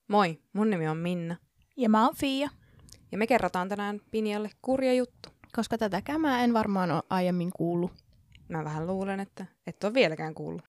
Moi, mun nimi on Minna. Ja mä oon Fia. Ja me kerrotaan tänään Pinjalle kurja juttu. Koska tätäkään mä en varmaan ole aiemmin kuullut. Mä vähän luulen, että et ole vieläkään kuullut.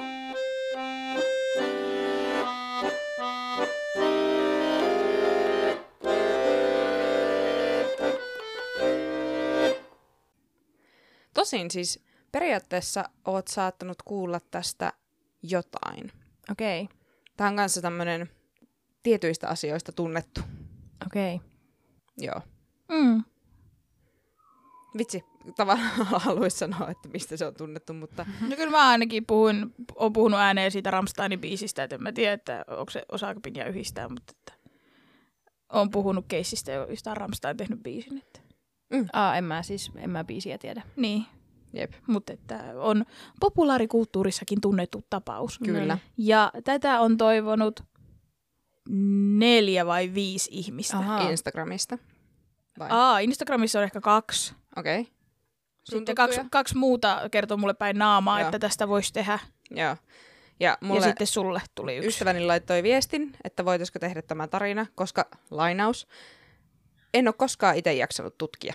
Tosin siis periaatteessa oot saattanut kuulla tästä jotain. Okei. Tää on kanssa tämmönen tietyistä asioista tunnettu. Okei. Joo. Mm. Vitsi, tavallaan haluaisin sanoa, että mistä se on tunnettu, mutta... No kyllä mä ainakin oon puhunut ääneen siitä Rammsteinin biisistä, että en mä tiedä, että onko se osaako Pinja yhdistää, mutta että oon puhunut keissistä, josta on Rammstein tehnyt biisin. Että. En mä biisiä tiedä. Niin. Jep. Mutta että on populaarikulttuurissakin tunnettu tapaus. Kyllä. Ja tätä on toivonut 4 vai 5 ihmistä. Aha. Instagramista. Vai? Instagramissa on ehkä 2. Okei. Okay. Sitten 2 muuta kertoo mulle päin naamaa, että tästä voisi tehdä. Joo. Ja sitten sulle tuli yksi. Ystäväni laittoi viestin, että voitaisiko tehdä tämä tarina, koska lainaus. En ole koskaan itse jaksanut tutkia.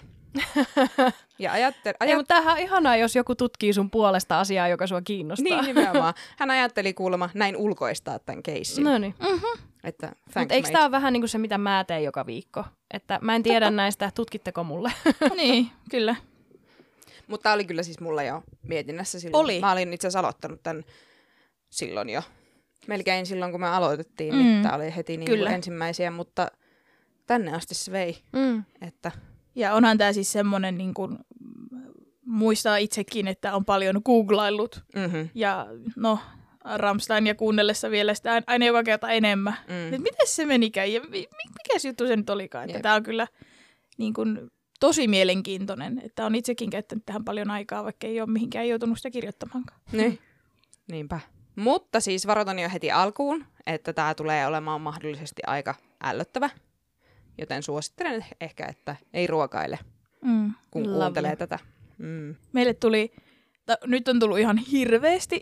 Ja Ei, mutta tämähän on ihanaa, jos joku tutkii sun puolesta asiaa, joka sua kiinnostaa. Niin, nimenomaan. Hän ajatteli kuulemma näin ulkoistaa tämän keissin. No niin. Että mutta eikö tämä ole vähän niin kuin se, mitä mä teen joka viikko? Että mä en tiedä näistä, tutkitteko mulle? Niin, kyllä. Mutta tämä oli kyllä siis mulla jo mietinnässä silloin. Oli. Mä olin itse asiassa aloittanut tämän silloin jo. Melkein silloin, kun me aloitettiin, niin tämä oli heti niin kuin ensimmäisiä, mutta tänne asti se vei. Että... Ja onhan tämä siis semmoinen, niin kuin, muistaa itsekin, että on paljon googlaillut. Mm-hmm. Ja no, Rammsteinia kuunnellessa vielä sitä aina joka kerta enemmän. Että miten se menikään ja mikä juttu se nyt olikaan. Että tämä on kyllä niin kuin, tosi mielenkiintoinen. Että on itsekin käyttänyt tähän paljon aikaa, vaikka ei ole mihinkään joutunut sitä kirjoittamaankaan. Niin. Niinpä. Mutta siis varoitan jo heti alkuun, että tämä tulee olemaan mahdollisesti aika ällöttävä. Joten suosittelen ehkä, että ei ruokaile, kun kuuntelee tätä. Meille tuli, nyt on tullut ihan hirveästi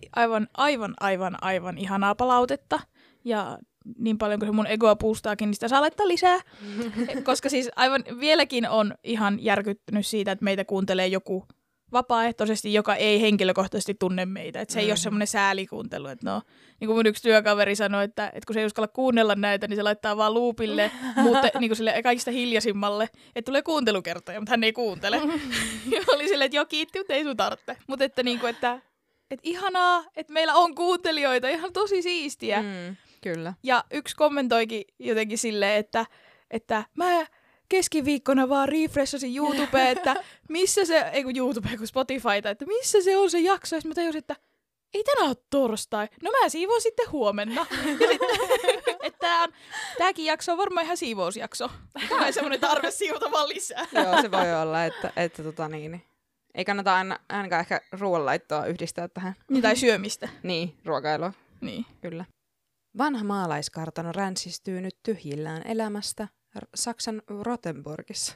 aivan ihanaa palautetta. Ja niin paljon kuin se mun egoa puustaakin, niin sitä saa laittaa lisää. Koska siis aivan vieläkin on ihan järkyttynyt siitä, että meitä kuuntelee joku vapaaehtoisesti, joka ei henkilökohtaisesti tunne meitä. Että se ei ole semmoinen säälikuuntelu. Että no, niin kuin mun yksi työkaveri sanoi, että kun se ei uskalla kuunnella näitä, niin se laittaa vaan loopille, mutta niin kuin sille kaikista hiljaisimmalle, että tulee kuuntelukertoja, mutta hän ei kuuntele. Ja oli silleen, että joo, kiitti, mutta ei sun tarvitse. Mutta että, niin kuin, että ihanaa, että meillä on kuuntelijoita, ihan tosi siistiä. Kyllä. Ja yksi kommentoikin jotenkin silleen, että mä keskiviikkona vaan refreshasin YouTubea, että missä se, ei kun YouTubea, kun Spotifyta, että missä se on se jakso. Ja sitten mä tajusin, että ei tänään ole torstai. No mä siivoon sitten huomenna. Ja sitten, että tääkin jakso on varmaan ihan siivousjakso. Tulee semmoinen tarve siivota vaan lisää. Joo, se voi olla, että ei kannata ainakaan ehkä ruoanlaittoa yhdistää tähän. Tai syömistä. Niin, ruokailua. Niin. Kyllä. Vanha maalaiskartano ränsistyy nyt tyhjillään elämästä Saksan Rothenburgissa.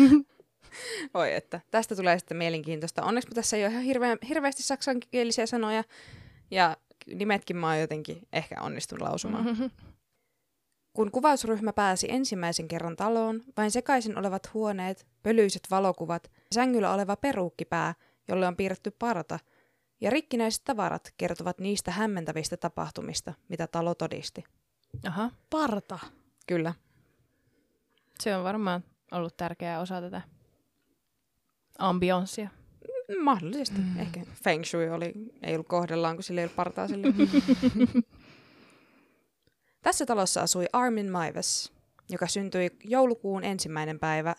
Oi, että tästä tulee sitten mielenkiintoista. Onneksi tässä ei ole ihan hirveästi saksankielisiä sanoja, ja nimetkin mä oon jotenkin ehkä onnistunut lausumaan. Kun kuvausryhmä pääsi ensimmäisen kerran taloon, vain sekaisin olevat huoneet, pölyiset valokuvat, sängyllä oleva peruukkipää, jolle on piirretty parta, ja rikkinäiset tavarat kertovat niistä hämmentävistä tapahtumista, mitä talo todisti. Aha. Parta. Kyllä. Se on varmaan ollut tärkeä osa tätä ambianssia. Mahdollisesti. Ehkä Feng Shui ei ollut kohdellaan, kun sillä ei ollut partaa sille. Tässä talossa asui Armin Maives, joka syntyi joulukuun 1. päivä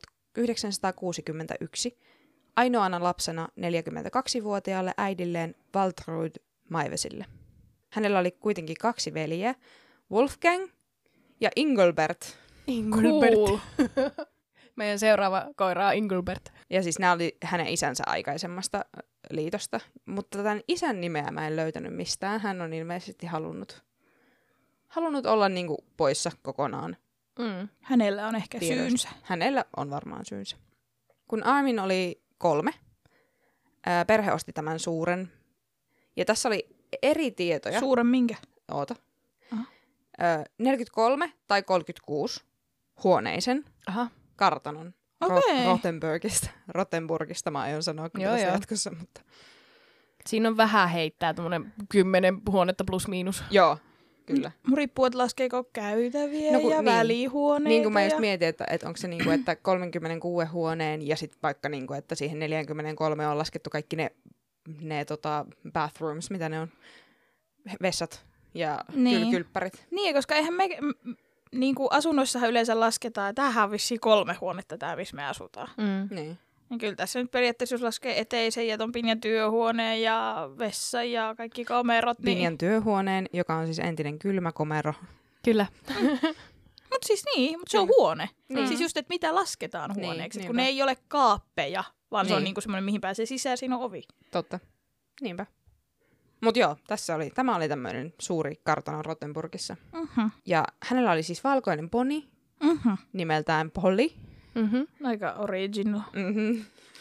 1961 ainoana lapsena 42-vuotiaalle äidilleen Waltraud Maivesille. Hänellä oli kuitenkin 2 veljeä, Wolfgang ja Ingolbert. Cool. Meidän seuraava koira on Ingolbert. Ja siis nämä oli hänen isänsä aikaisemmasta liitosta, mutta tämän isän nimeä mä en löytänyt mistään. Hän on ilmeisesti halunnut olla niinku poissa kokonaan. Hänellä on ehkä syynsä. Hänellä on varmaan syynsä. Kun Armin oli 3, perhe osti tämän suuren. Ja tässä oli eri tietoja. Suuren minkä? Oota. 43 tai 36 huoneisen Aha. kartanon. Okei. Rothenburgista mä aion sanoa kyllä Joo, tässä joo. jatkossa, mutta... Siinä on vähän heittää, tuommoinen 10 huonetta plus miinus. Joo, kyllä. Mun riippuu, että laskeeko käytäviä No kun- ja niin. välihuoneita. Niin kuin mä just ja... mietin, että onko se niinku, että 36 huoneen ja sitten vaikka niinku, että siihen 43 on laskettu kaikki ne bathrooms, mitä ne on, vessat ja Niin. kylppärit. Niin, koska eihän me... Niin kuin asunnoissahan yleensä lasketaan, että tämähän on vissiin 3 huonetta tää, missä me asutaan. Niin. Niin kyllä tässä nyt periaatteessa, jos laskee eteisen ja ton Pinjan työhuoneen ja vessa ja kaikki kamerot, niin... Pinjan työhuoneen, joka on siis entinen kylmäkomero. Kyllä. Mut siis niin, mutta se on huone. Niin. Siis just, että mitä lasketaan Niin, huoneeksi. Niin, kun niinpä. ne ei ole kaappeja, vaan se on Niin. niinku semmoinen, mihin pääsee sisään, siinä on ovi. Totta. Niinpä. Mut joo, tämä oli tämmöinen suuri kartano Rothenburgissa. Mhm. Ja hänellä oli siis valkoinen poni nimeltään Polly. Mm-hmm. Aika original. Mm-hmm.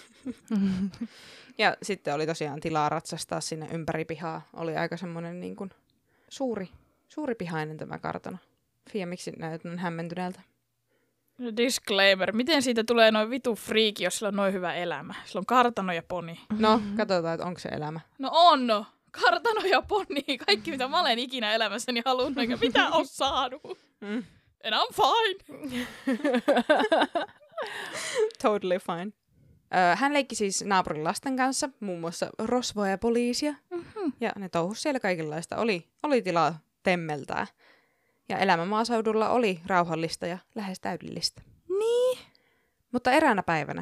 Ja sitten oli tosiaan tilaa ratsastaa sinne ympäri pihaa. Oli aika semmoinen niin kuin suuri pihainen tämä kartano. Fia, miksi näytät noin hämmentyneeltä? Disclaimer. Miten siitä tulee noin vitu friiki, jos sillä on noin hyvä elämä? Sillä on kartano ja poni. No, katsotaan, että onko se elämä. No on! Kartano ja poni. Kaikki, mitä mä olen ikinä elämässäni halunnut, eikä mitään ole saanut. Mm. And I'm fine. Totally fine. Hän leikki siis naapurin lasten kanssa, muun muassa rosvoa ja poliisia. Mhm. Ja ne touhusi siellä kaikenlaista. Oli tilaa temmeltää. Ja elämä maaseudulla oli rauhallista ja lähes täydellistä. Niin. Mutta eräänä päivänä,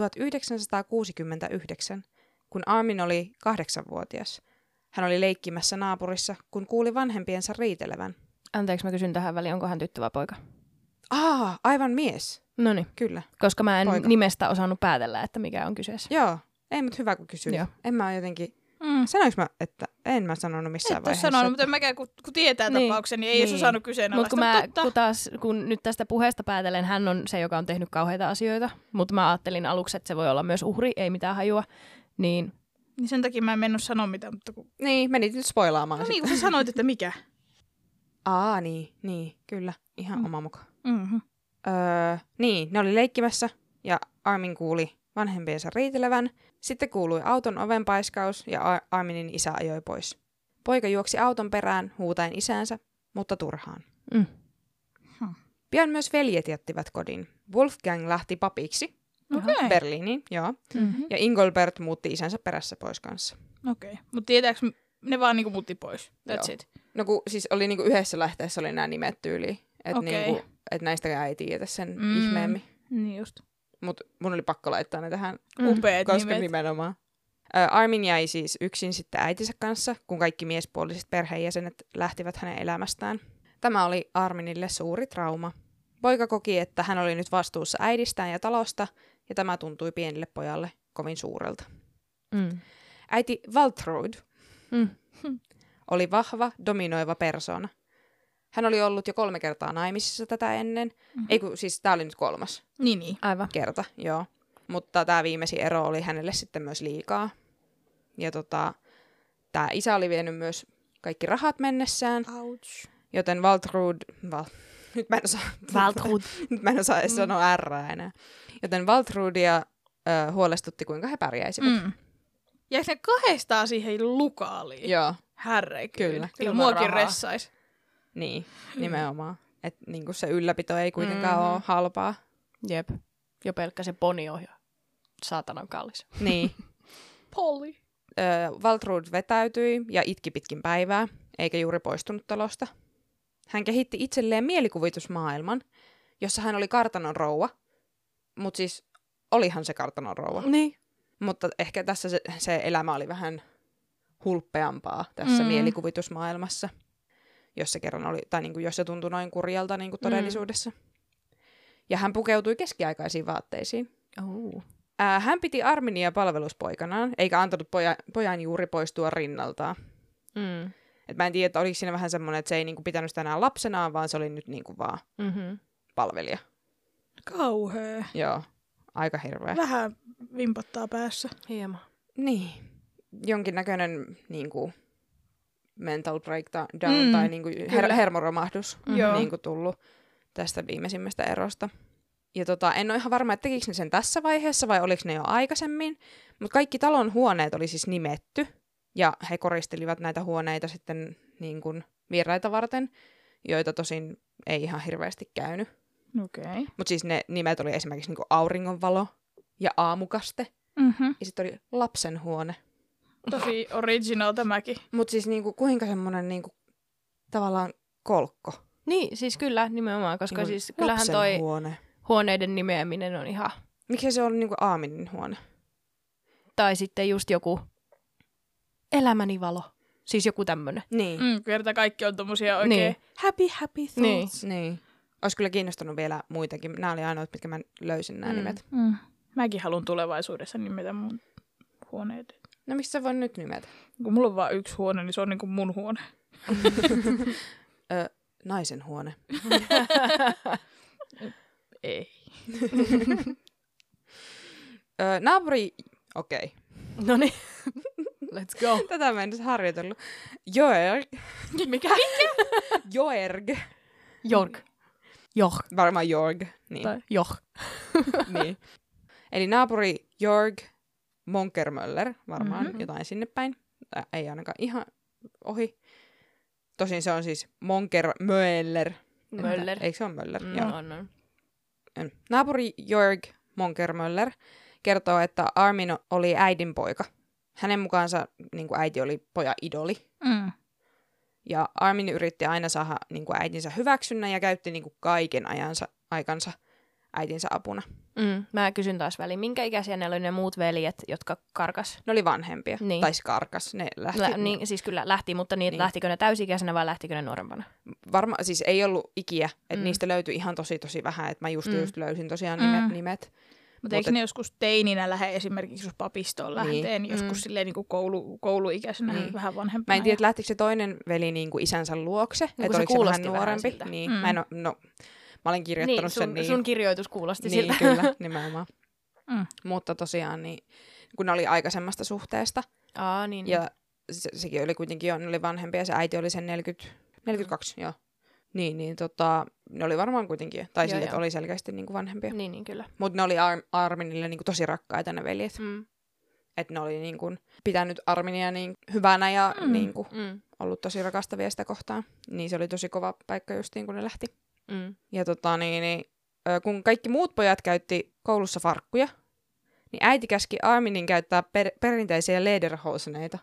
1969, kun Armin oli 8-vuotias, hän oli leikkimässä naapurissa, kun kuuli vanhempiensa riitelevän. Anteeksi, mä kysyn tähän väliin, onko hän tyttö vai poika? Aivan mies. Noniin, Kyllä. koska mä en Poika. nimestä osannut päätellä, että mikä on kyseessä. Joo. Ei, mutta hyvä kun kysyit. Joo. En mä jotenkin... Mm. Sanoinko mä, että en mä sanonut missään Et ole vaiheessa. sanonut, mutta en mäkään, kun tietää Niin. tapauksen, niin ei edes Niin. osannut Mutta kyseenalaista. kun nyt tästä puheesta päätellen, hän on se, joka on tehnyt kauheita asioita, mutta mä ajattelin aluksi, että se voi olla myös uhri, ei mitään hajua, niin Niin sen takia mä en mennyt sanoa mitään, mutta kun... Niin, menit nyt spoilaamaan No sitä. niin, kun sä sanoit, että mikä. Niin, kyllä. Ihan oma muka. Mhm. Niin, ne oli leikkimässä ja Armin kuuli vanhempiensa riitelevän. Sitten kuului auton ovenpaiskaus ja Arminin isä ajoi pois. Poika juoksi auton perään huutaen isäänsä, mutta turhaan. mm. Pian myös veljet jättivät kodin. Wolfgang lähti papiksi Okei. Berliiniin, joo. Mhm. Ja Ingolbert muutti isänsä perässä pois kanssa. Okei. Mutta tietääks ne vaan niinku muutti pois? That's Joo. it. No kun siis oli niinku yhdessä lähteessä oli nämä nimet tyyliin. Että Okei. niinku, et näistäkään ei tiedetä sen Mm. ihmeemmin. Niin just. Mutta mun oli pakko laittaa ne tähän, Upeat koska nimet. nimenomaan. Armin jäi siis yksin sitten äitinsä kanssa, kun kaikki miespuoliset perheenjäsenet lähtivät hänen elämästään. Tämä oli Arminille suuri trauma. Poika koki, että hän oli nyt vastuussa äidistään ja talosta, ja tämä tuntui pienelle pojalle kovin suurelta. Mm. Äiti Waltrud Mm. oli vahva, dominoiva persoona. Hän oli ollut jo 3 kertaa naimisissa tätä ennen. Ei kun, siis tämä oli nyt 3. Niin. Aivan. kerta, joo. Mutta tämä viimeisin ero oli hänelle sitten myös liikaa. Ja tämä isä oli vienyt myös kaikki rahat mennessään, Ouch. joten Waltrud... Nyt mä en osaa... Waltrud. Nyt mä en osaa edes sanoa R enää. Joten Waltrudia huolestutti, kuinka he pärjäisivät. Mm. Jäikö ne 200 siihen lukaaliin? Joo, Herregud. Kyllä. Kyllä Ilman muakin rahaa. ressais. niin, nimenomaan. Että niinku se ylläpito ei kuitenkaan ole halpaa. Jep. Jo pelkkä se poni on jo saatanan kallis. Niin. Polly. Waltrud vetäytyi ja itki pitkin päivää, eikä juuri poistunut talosta. Hän kehitti itselleen mielikuvitusmaailman, jossa hän oli kartanon rouva, mutta siis olihan se kartanon rouva. Niin. Mutta ehkä tässä se elämä oli vähän hulppeampaa tässä mielikuvitusmaailmassa, jos se kerran oli, tai niinku, jos se tuntui noin kurjalta niinku todellisuudessa. Ja hän pukeutui keskiaikaisiin vaatteisiin. Hän piti Arminia palveluspoikanaan, eikä antanut pojan juuri poistua rinnaltaan. Mm. Et mä en tiedä, että oliko siinä vähän semmoinen, että se ei niinku pitänyt sitä enää lapsenaan, vaan se oli nyt niinku vaan Mm-hmm. palvelija. Kauhea. Joo, aika hirveä. Vähän vimpottaa päässä. Hieman. Niin, jonkinnäköinen niinku, mental breakdown tai niinku hermoromahdus Joo. niinku tullut tästä viimeisimmästä erosta. Ja en ole ihan varma, että tekikö ne sen tässä vaiheessa vai oliko ne jo aikaisemmin. Mutta kaikki talon huoneet oli siis nimetty. Ja he koristelivat näitä huoneita sitten niin kuin vieraita varten, joita tosin ei ihan hirveästi käynyt. Okei. Mutta siis ne nimet oli esimerkiksi niin kuin auringonvalo ja aamukaste. Mm-hmm. Ja sitten oli lapsen huone. Tosi original tämäkin. Mutta siis niinku, kuinka semmoinen niinku, tavallaan kolkko. Niin, siis kyllä nimenomaan, koska Niinku siis kyllähän lapsen toi huone. huoneiden nimeäminen on ihan... Miksi se on niinku Aaminin huone? Tai sitten just joku elämäni valo. Siis joku tämmönen. Niin. Kerta kaikki on tommosia oikein Niin. happy thoughts. Niin. Olisi kyllä kiinnostunut vielä muitakin. Nämä oli ainoat, mitkä mä löysin nämä nimet. Mäkin haluan tulevaisuudessa nimetä mun huoneet. No miksi sä voi nyt nimetä? Kun mulla on vaan yksi huone, niin se on niinku mun huone. Naisen huone. Ei. Naapuri... Okei. Noniin, let's go. Tätä mä en edes harjoitellut. Joerg. Mikä? Joerg. Jorg. Joh. Varmaan Jorg. Niin. Tai Joh. Niin. Eli naapuri Jorg Monkermöller, varmaan jotain sinne päin. Ei ainakaan ihan ohi. Tosin se on siis Monkermöller. Möller. Eikö se ole Möller? Joo. On. Naapuri Jorg Monkermöller kertoo, että Armin oli äidin poika. Hänen mukaansa niin kuin äiti oli pojan idoli. Ja Armin yritti aina saada niin kuin äitinsä hyväksynnän ja käytti niin kuin kaiken aikansa äitinsä apuna. Mä kysyn taas väliin, minkä ikäisiä ne oli ne muut veljet, jotka karkas? Ne oli vanhempia. Niin. Tai karkas. Ne lähti. Niin, siis kyllä lähti, mutta niin. Lähtikö ne täysikäisenä vai lähtikö ne nuorempana? Siis ei ollut ikiä, että niistä löytyi ihan tosi vähän, että mä just löysin tosiaan nimet. Mutta eikö ne joskus teininä lähde esimerkiksi jos papistoon lähteen, joskus silleen niin kuin kouluikäisenä vähän vanhempana? Mä en tiedä, että lähtikö se toinen veli niin kuin isänsä luokse, No, että se oliko se vähän kuulosti nuorempi. vähän Niin. Mä olen kirjoittanut sen niin. Sun kirjoitus kuulosti niin, siltä. kyllä, nimenomaan. Mutta tosiaan, niin, kun ne oli aikaisemmasta suhteesta, Niin. ja sekin oli kuitenkin jo, ne oli vanhempia, ja se äiti oli sen 42, joo. Niin, ne oli varmaan kuitenkin, tai sille, että oli selkeästi niin kuin vanhempia. Niin, kyllä. Mutta ne oli Arminille niin kuin tosi rakkaita ne veljet. Että ne oli niin kuin pitänyt Arminia niin hyvänä ja niin kuin ollut tosi rakastavia sitä kohtaan. Niin se oli tosi kova paikka justiin, kun ne lähti. Ja kun kaikki muut pojat käytti koulussa farkkuja, niin äiti käski Arminin käyttää perinteisiä lederhoseneita.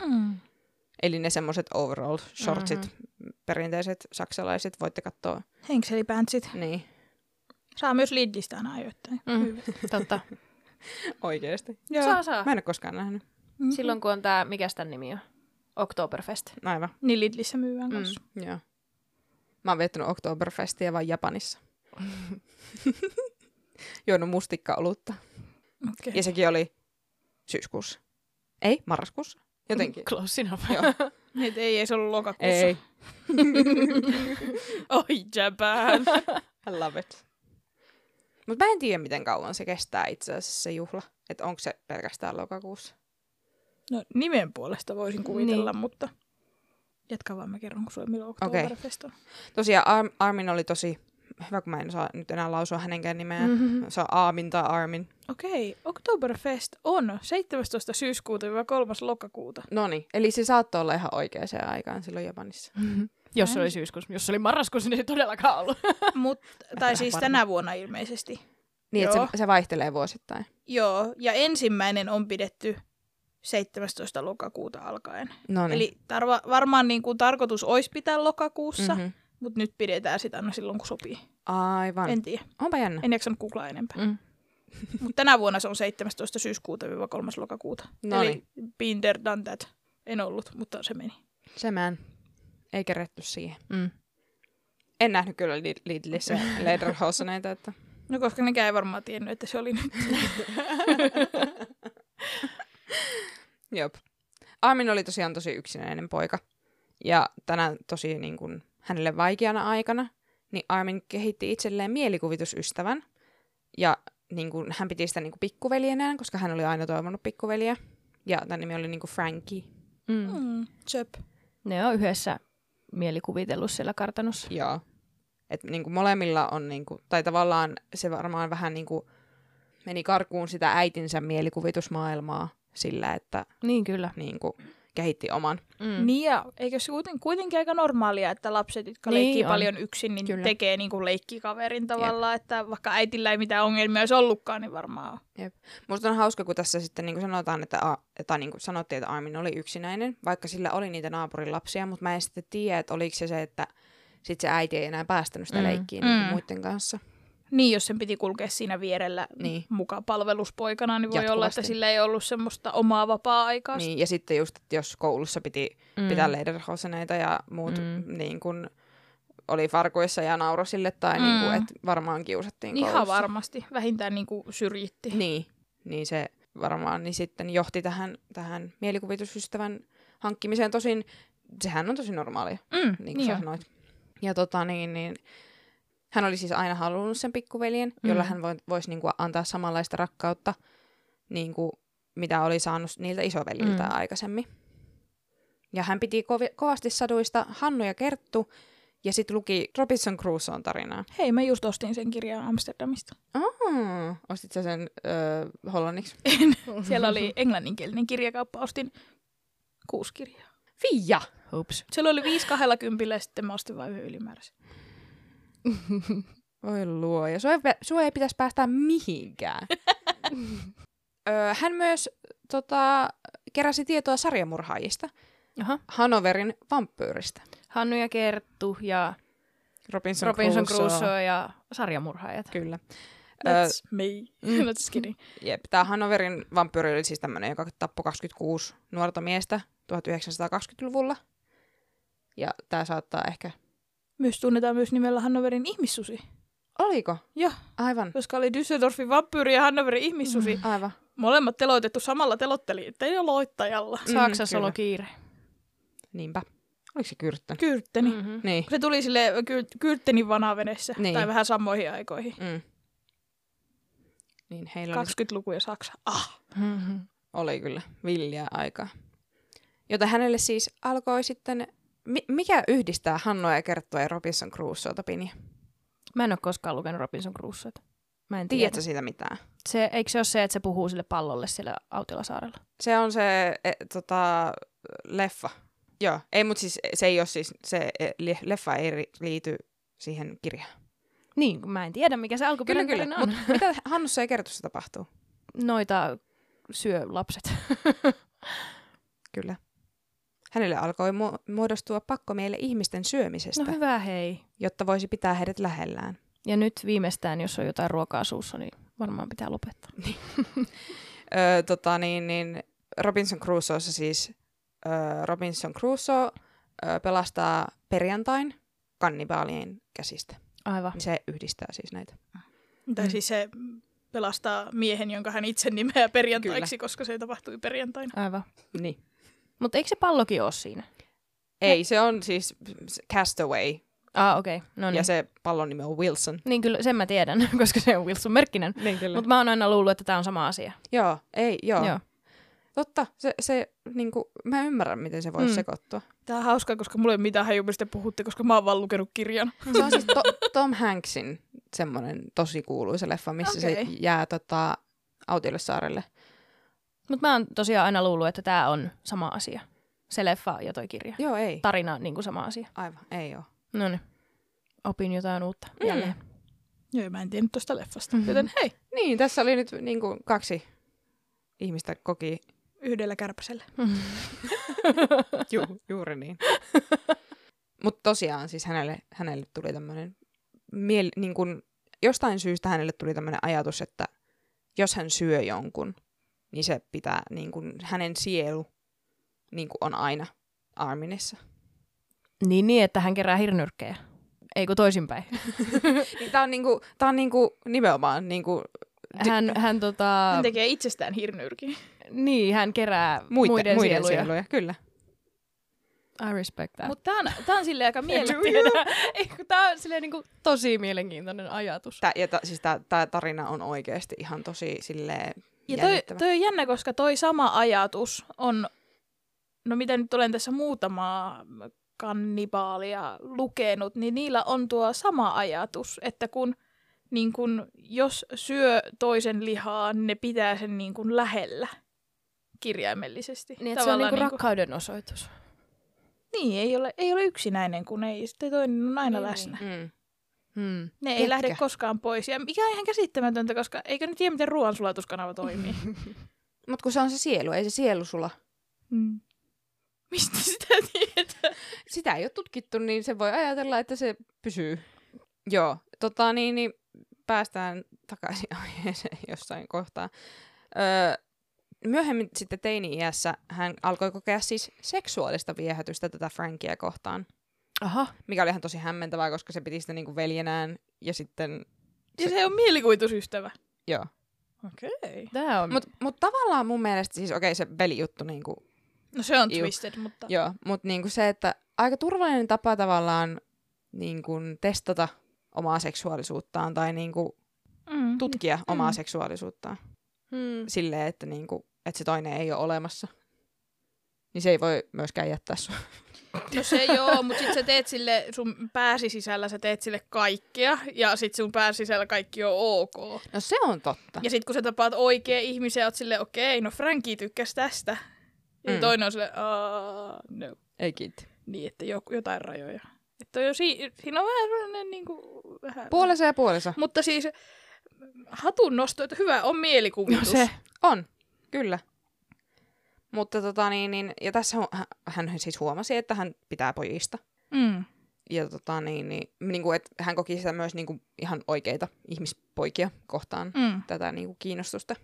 Eli ne semmoiset overall shortsit, perinteiset saksalaiset, voitte katsoa. Henkselipäntsit. Niin. Saa myös Lidlistä aina ajoittain. Totta. Oikeesti. Saa. Mä en ole koskaan nähnyt. Silloin kun on tää, mikäs tän nimi on? Oktoberfest. Aivan. Niin Lidlissä myydään kanssa. Joo. Mä oon viettänyt Oktoberfestia vaan Japanissa. Juonut mustikkaolutta. Okay. Ja sekin oli syyskuussa. Ei, marraskuussa. Jotenkin. Close enough. Joo. Et ei se ollut lokakuussa. Ei. Oi, Japan. I love it. Mutta mä en tiedä, miten kauan se kestää itse asiassa se juhla. Että onko se pelkästään lokakuussa. No nimen puolesta voisin kuvitella, mutta jatka vaan, mä kerron, kun sulla milloin Oktoberfest on. Tosiaan Armin oli tosi hyvä, kun mä en saa nyt enää lausua hänenkään nimeään. Se on Aamin tai Armin. Okei, Oktoberfest on 17. syyskuuta 3. lokakuuta. Noniin, eli se saattoi olla ihan oikeaan aikaan silloin Japanissa. Jos se oli syyskuussa. Jos se oli marraskuussa, niin ei todellakaan ollut. Tai siis tänä vuonna ilmeisesti. Niin, että se vaihtelee vuosittain. Joo, ja ensimmäinen on pidetty 17. lokakuuta alkaen. Noniin. Eli varmaan niin kuin tarkoitus olisi pitää lokakuussa, mutta nyt pidetään sitä aina silloin, kun sopii. Aivan. En tiedä. Onpa jännä. En jaksanut googlaa enempää. Mutta tänä vuonna se on 17. syyskuuta 3. lokakuuta. Eli been there, done that. En ollut, mutta se meni. Semään. Ei keretty siihen. En nähnyt kyllä Lidlissä lederhoseneita, että... No koska nekään ei varmaan tiennyt, että se oli nyt. Jop. Armin oli tosiaan tosi yksinäinen poika. Ja tänään tosi niin kuin, hänelle vaikeana aikana, niin Armin kehitti itselleen mielikuvitusystävän. Ja niin kuin, hän piti sitä niin kuin pikkuveljenään, koska hän oli aina toivonut pikkuveliä. Ja tämän nimi oli niin kuin Frankie. Söp. Ne on yhdessä mielikuvitellut siellä kartanossa. Joo. Että niinku molemmilla on, niinku, tai tavallaan se varmaan vähän niinku meni karkuun sitä äitinsä mielikuvitusmaailmaa sillä, että Niin kyllä. niinku kehitti oman. Niin ja eikö se kuitenkin aika normaalia, että lapset, jotka Niin leikkii on. paljon yksin, niin Kyllä. tekee niinku leikkikaverin tavallaan, että vaikka äitillä ei mitään ongelmia olisi ollutkaan, niin varmaan on. Musta on hauska, kun tässä sitten niinku sanotaan, että niinku sanottiin, että Armin oli yksinäinen, vaikka sillä oli niitä naapurin lapsia, mutta mä en sitten tiedä, että oliko se että sit se äiti ei enää päästänyt sitä leikkiä niinku muiden kanssa. Niin, jos sen piti kulkea siinä vierellä Niin. mukaan palveluspoikana, niin voi olla, Jatkuvasti. että sillä ei ollut semmoista omaa vapaa-aikaa. Niin, ja sitten just, että jos koulussa piti pitää lederhoseneita ja muut niin kun oli farkuissa ja nauroi sille, tai niin kun, että varmaan kiusattiin Ihan koulussa. varmasti. Vähintään niinku syrjitti. Niin se varmaan niin sitten johti tähän mielikuvitusystävän hankkimiseen. Tosin sehän on tosi normaalia, niin kuin niin sä on. sanoit. Ja niin hän oli siis aina halunnut sen pikkuveljen, jolla hän voisi niinku antaa samanlaista rakkautta, niinku, mitä oli saanut niiltä isoveljiltä aikaisemmin. Ja hän piti kovasti saduista Hannu ja Kerttu, ja sitten luki Robinson Crusoen tarinaa. Hei, mä just ostin sen kirjan Amsterdamista. Ostit sä sen hollanniksi? Siellä oli englanninkielinen kirjakauppa, ostin 6 kirjaa. Fia! Ups. Siellä oli 5,20 ja sitten mä ostin vain yhden ylimääräisen. Voi luoja. Sua ei pitäisi päästä mihinkään. Hän myös keräsi tietoa sarjamurhaajista. Aha. Hanoverin vampyyristä. Hannu ja Kerttu ja Robinson Crusoe ja sarjamurhaajat. Kyllä. That's me. Not just kidding. Jep, tämä Hanoverin vampyyri oli siis tämmöinen, joka tappoi 26 nuorta miestä 1920-luvulla. Ja tämä saattaa ehkä... Myös tunnetaan myös nimellä Hannoverin ihmissusi. Oliko? Joo, Aivan. koska oli Düsseldorfin vampyyri ja Hannoverin ihmissusi. Aivan. Molemmat teloitettu samalla teloittajalla. Saksassa kyllä. oli kiire. Niinpä. Oliko se Kyrttön? Kyrtteni. Niin. Se tuli sille Kyrttenin vanavenessä, Niin. tai vähän samoihin aikoihin. Niin heillä oli 20-luku ja Saksa. Oli kyllä villiä aikaa. Jota hänelle siis alkoi sitten... mikä yhdistää Hannua ja Kerttua ja Robinson Crusoeta, Pinja? Mä en ole koskaan lukenut Robinson Crusoeta. Mä en tiedä. Tiedätkö siitä mitään? Eikö se ole se, että se puhuu sille pallolle siellä Autilasaarella? Se on se leffa. Joo, ei, mutta siis se ei ole siis, leffa ei liity siihen kirjaan. Niin, kun mä en tiedä, mikä se alkuperäinen tarina on. Mutta mitä Hannussa ja Kertussa tapahtuu? Noita syö lapset. Kyllä. Hänelle alkoi muodostua pakkomielle ihmisten syömisestä, No hyvä hei. jotta voisi pitää heidät lähellään. Ja nyt viimeistään, jos on jotain ruokaa suussa, niin varmaan pitää lopettaa. Robinson Crusoessa siis Robinson Crusoe pelastaa perjantain kannibaalien käsistä. Aivan. Se yhdistää siis näitä. Tai siis se pelastaa miehen, jonka hän itse nimeää perjantaiksi, koska se tapahtui perjantaina. Aivan. Niin. Mutta eikö se pallokin ole siinä? Ei, se on siis Castaway. Okei. No niin. Ja se pallon nimi on Wilson. Niin kyllä, sen mä tiedän, koska se on Wilson-merkkinen. Niin kyllä. Mutta mä oon aina luullut, että tää on sama asia. Joo. Joo. Totta, se niinku, mä ymmärrän, miten se voi sekoittua. Tää on hauskaa, koska mulla ei ole mitään hajua, mistä puhutte, koska mä oon vaan lukenut kirjan. Se on siis Tom Hanksin semmoinen tosi kuuluisa leffa, missä se jää autiolle saarelle. Mutta mä oon tosiaan aina luullut, että tää on sama asia. Se leffa ja toi kirja. Joo, ei. Tarina on niinku sama asia. Aivan, ei oo. No niin. Opin jotain uutta jälleen. Joo, mä en tiennyt tosta leffasta. Joten hei, Niin, tässä oli nyt niinku 2 ihmistä koki. yhdellä kärpäsellä. Juuri niin. Mutta tosiaan siis hänelle tuli tämmöinen niin jostain syystä hänelle tuli tämmöinen ajatus, että jos hän syö jonkun, niin se pitää, niin kun, hänen sielu niin kun on aina Arminissa. Niin, että hän kerää hirnyrkkejä. Ei kun toisinpäin. Niin tää on nimenomaan niinku Hän Hän tekee itsestään hirnyrkin. Niin, hän kerää muiden sieluja. sieluja. Kyllä. I respect that. Mutta tää on silleen aika mielenkiintoinen. Tää on silleen niinku tosi mielenkiintoinen ajatus. Siis tää tarina on oikeasti ihan tosi silleen Ja jännittävä. toi on jännä, koska toi sama ajatus on no mitä nyt olen tässä muutamaa kannibaalia lukenut, niin niillä on tuo sama ajatus, että niin kun jos syö toisen lihaa, niin ne pitää sen niin kun lähellä kirjaimellisesti. Niin, että se on niinku rakkauden osoitus. Niin, ei ole yksinäinen, kun ei sitten toinen on aina läsnä. Ne ei lähde koskaan pois. Ja mikä on ihan käsittämätöntä, koska eikö nyt tiedä, miten ruoansulatuskanava toimii. Mutta kun se on se sielu, ei se sielu sula. Mistä sitä tietää? Sitä ei ole tutkittu, niin se voi ajatella, että se pysyy. Joo, niin päästään takaisin aiheeseen jossain kohtaa. Myöhemmin sitten teini-iässä hän alkoi kokea siis seksuaalista viehätystä tätä Frankia kohtaan. Aha. Mikä oli ihan tosi hämmentävää, koska se piti sitä niinku veljenään ja sitten... Ja se on mielikuvitusystävä. Joo. Okei. Mut tavallaan mun mielestä siis se velijuttu niinku... No se on twisted, mutta... Joo, mutta niinku se, että aika turvallinen tapa tavallaan niinku testata omaa seksuaalisuuttaan tai niinku tutkia omaa seksuaalisuuttaan. Silleen, että niinku, et se toinen ei ole olemassa. Niin se ei voi myöskään jättää sua. No se joo, mutta sit sä teet sille, sun pääsi sisällä sä teet sille kaikkea, ja sit sun pääsi sisällä kaikki on ok. No se on totta. Ja sit kun sä tapaat oikea ihmisen, oot silleen, okei, no Frankie tykkäs tästä. Ja toinen on silleen, no. Ei kiitti. Niin, että jotain rajoja. Että jo siinä on vähän sellainen niinku... Puolensa ja puolensa. Mutta siis hatun nosto, että hyvä on mielikuvitus. No se on, kyllä. Mutta ja tässä hän siis huomasi, että hän pitää pojista. Ja niinku, että hän koki sitä myös niinku ihan oikeita ihmispoikia kohtaan tätä niinku kiinnostusta.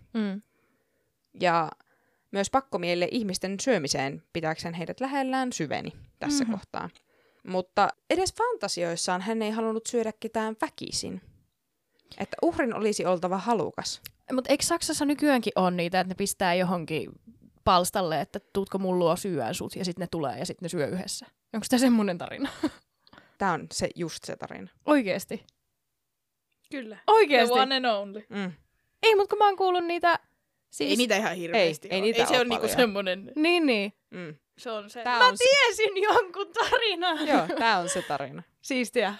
Ja myös pakkomielle ihmisten syömiseen pitääkseen heidät lähellään syveni tässä kohtaa. Mutta edes fantasioissaan hän ei halunnut syödä ketään väkisin. Että uhrin olisi oltava halukas. Mutta eikö Saksassa nykyäänkin ole niitä, että ne pistää johonkin palstalle, että tuutko mun luo syödään sut, ja sitten ne tulee ja sitten ne syö yhdessä? Onko tämä semmoinen tarina? Tämä on just se tarina. Oikeesti? Kyllä. Oikeesti? The one and only. Ei, mutta kun mä oon kuullut niitä... Siis... Ei niitä ihan hirveästi ei niitä ei se ole niinku semmoinen... Niin. Se on se... Mä tiesin jonkun tarinan! Joo, tää on se tarina. Siistiä.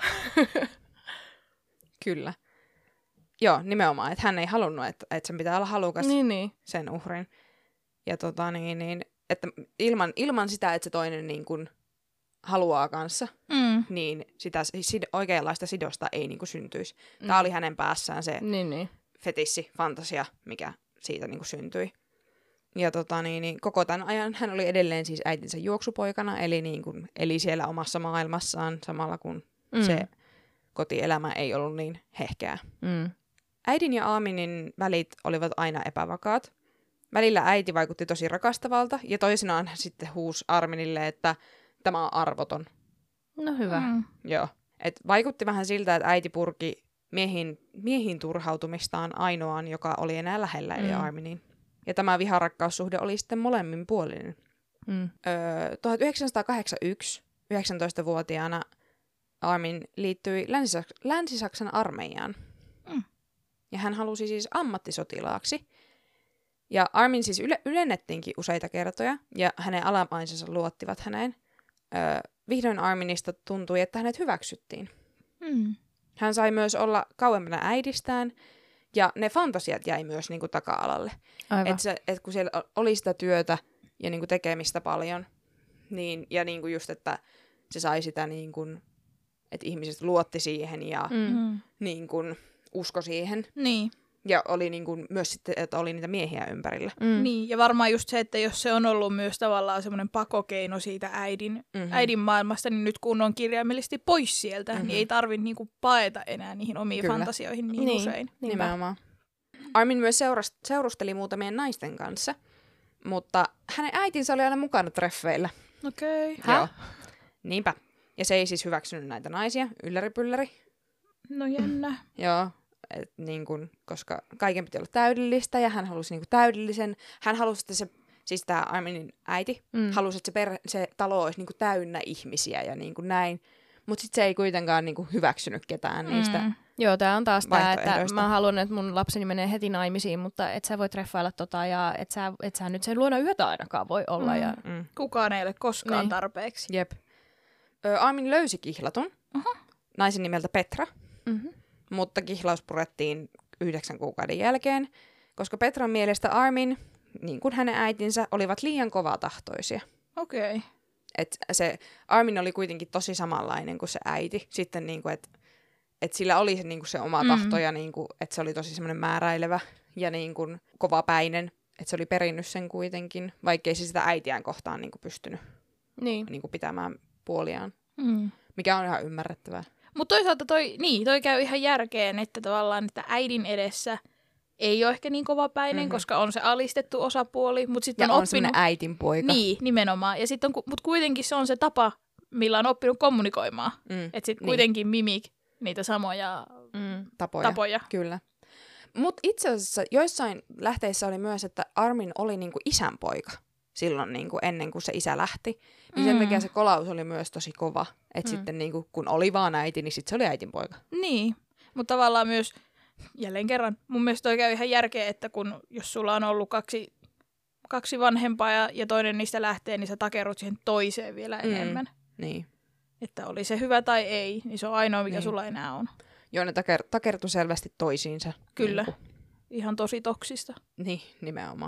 Kyllä. Joo, nimenomaan, että hän ei halunnut, että sen pitää olla halukas sen uhrin. Ja että ilman sitä, että se toinen niin kuin haluaa kanssa, niin sitä oikeanlaista sidosta ei niin kuin syntyisi. Tämä oli hänen päässään se fetissi, fantasia, mikä siitä niin kuin syntyi. Ja koko tämän ajan hän oli edelleen siis äitinsä juoksupoikana, eli siellä omassa maailmassaan, samalla kun se kotielämä ei ollut niin hehkeää. Äidin ja Aaminin välit olivat aina epävakaat. Välillä äiti vaikutti tosi rakastavalta, ja toisinaan hän sitten huusi Arminille, että tämä on arvoton. No hyvä. Joo. Et vaikutti vähän siltä, että äiti purki miehin turhautumistaan ainoaan, joka oli enää lähellä, eli Arminin. Ja tämä viharakkaussuhde oli sitten molemminpuolinen. 1981, 19-vuotiaana, Armin liittyi Länsi-Saksan armeijaan. Ja hän halusi siis ammattisotilaaksi. Ja Armin siis ylennettiinkin useita kertoja, ja hänen alamaisensa luottivat häneen. Vihdoin Arminista tuntui, että hänet hyväksyttiin. Hän sai myös olla kauempana äidistään, ja ne fantasiat jäi myös niinku taka-alalle. Et kun siellä oli sitä työtä ja niinku tekemistä paljon, niin, ja niinku just, että se sai sitä, niinku, että ihmiset luotti siihen ja niinku, usko siihen. Niin. Ja oli myös sitten, että oli niitä miehiä ympärillä. Niin, ja varmaan just se, että jos se on ollut myös tavallaan semmoinen pakokeino siitä äidin maailmasta, niin nyt kun on kirjaimellisesti pois sieltä, niin ei tarvitse niinku paeta enää niihin omiin fantasioihin niin usein. Nimenomaan. Armin myös seurusteli muutamien naisten kanssa, mutta hänen äitinsä oli aina mukana treffeillä. Okei. Joo. Niinpä. Ja se ei siis hyväksynyt näitä naisia, ylläripylläri. No jännä. Joo. Koska kaiken piti olla täydellistä ja hän halusi täydellisen. Hän halusi, että siis tämä Arminin äiti halusi, että se talo olisi täynnä ihmisiä ja näin. Mutta sitten se ei kuitenkaan niinku hyväksynyt ketään niistä. Joo, tää on taas tää, että vaihtoehdoista. mä haluan, että mun lapseni menee heti naimisiin, mutta et sä voi treffailla ja et sä nyt sen luona yötä ainakaan voi olla. Ja... Kukaan ei ole koskaan Niin. tarpeeksi. Jep. Armin löysi kihlatun, naisen nimeltä Petra, mutta kihlaus purettiin 9 kuukauden jälkeen, koska Petran mielestä Armin, niin kuin hänen äitinsä, olivat liian kovatahtoisia. Okei. Et se Armin oli kuitenkin tosi samanlainen kuin se äiti. Sitten niinku, et sillä oli se, niinku, se oma tahto ja niinku, että se oli tosi semmoinen määräilevä ja niinku, kovapäinen. Että se oli perinnyt sen kuitenkin, vaikkei se sitä äitiään kohtaan niinku, pystynyt niinku, pitämään puoliaan. Mikä on ihan ymmärrettävää. Mutta toisaalta toi käy ihan järkeen, että tavallaan että äidin edessä ei ole ehkä niin kovapäinen, koska on se alistettu osapuoli, mutta sitten Ja on on semmoinen äitin poika. Niin, nimenomaan. Ja sitten mutta kuitenkin se on se tapa, millä on oppinut kommunikoimaan. Että sitten kuitenkin mimik niitä samoja tapoja. Kyllä. Mutta itse asiassa joissain lähteissä oli myös, että Armin oli niinku isän poika silloin niinku ennen kuin se isä lähti. Niin sen takia se kolaus oli myös tosi kova. Että sitten niinku, kun oli vaan äiti, niin sitten se oli äitin poika. Niin, mutta tavallaan myös, jälleen kerran, mun mielestä toi käy ihan järkeä, että jos sulla on ollut kaksi vanhempaa ja toinen niistä lähtee, niin sä takerrut siihen toiseen vielä enemmän. Niin. Että oli se hyvä tai ei, niin se on ainoa, mikä sulla enää on. Joo, ne takertui selvästi toisiinsa. Kyllä, Niinku. ihan tosi toksista. Niin, nimenomaan.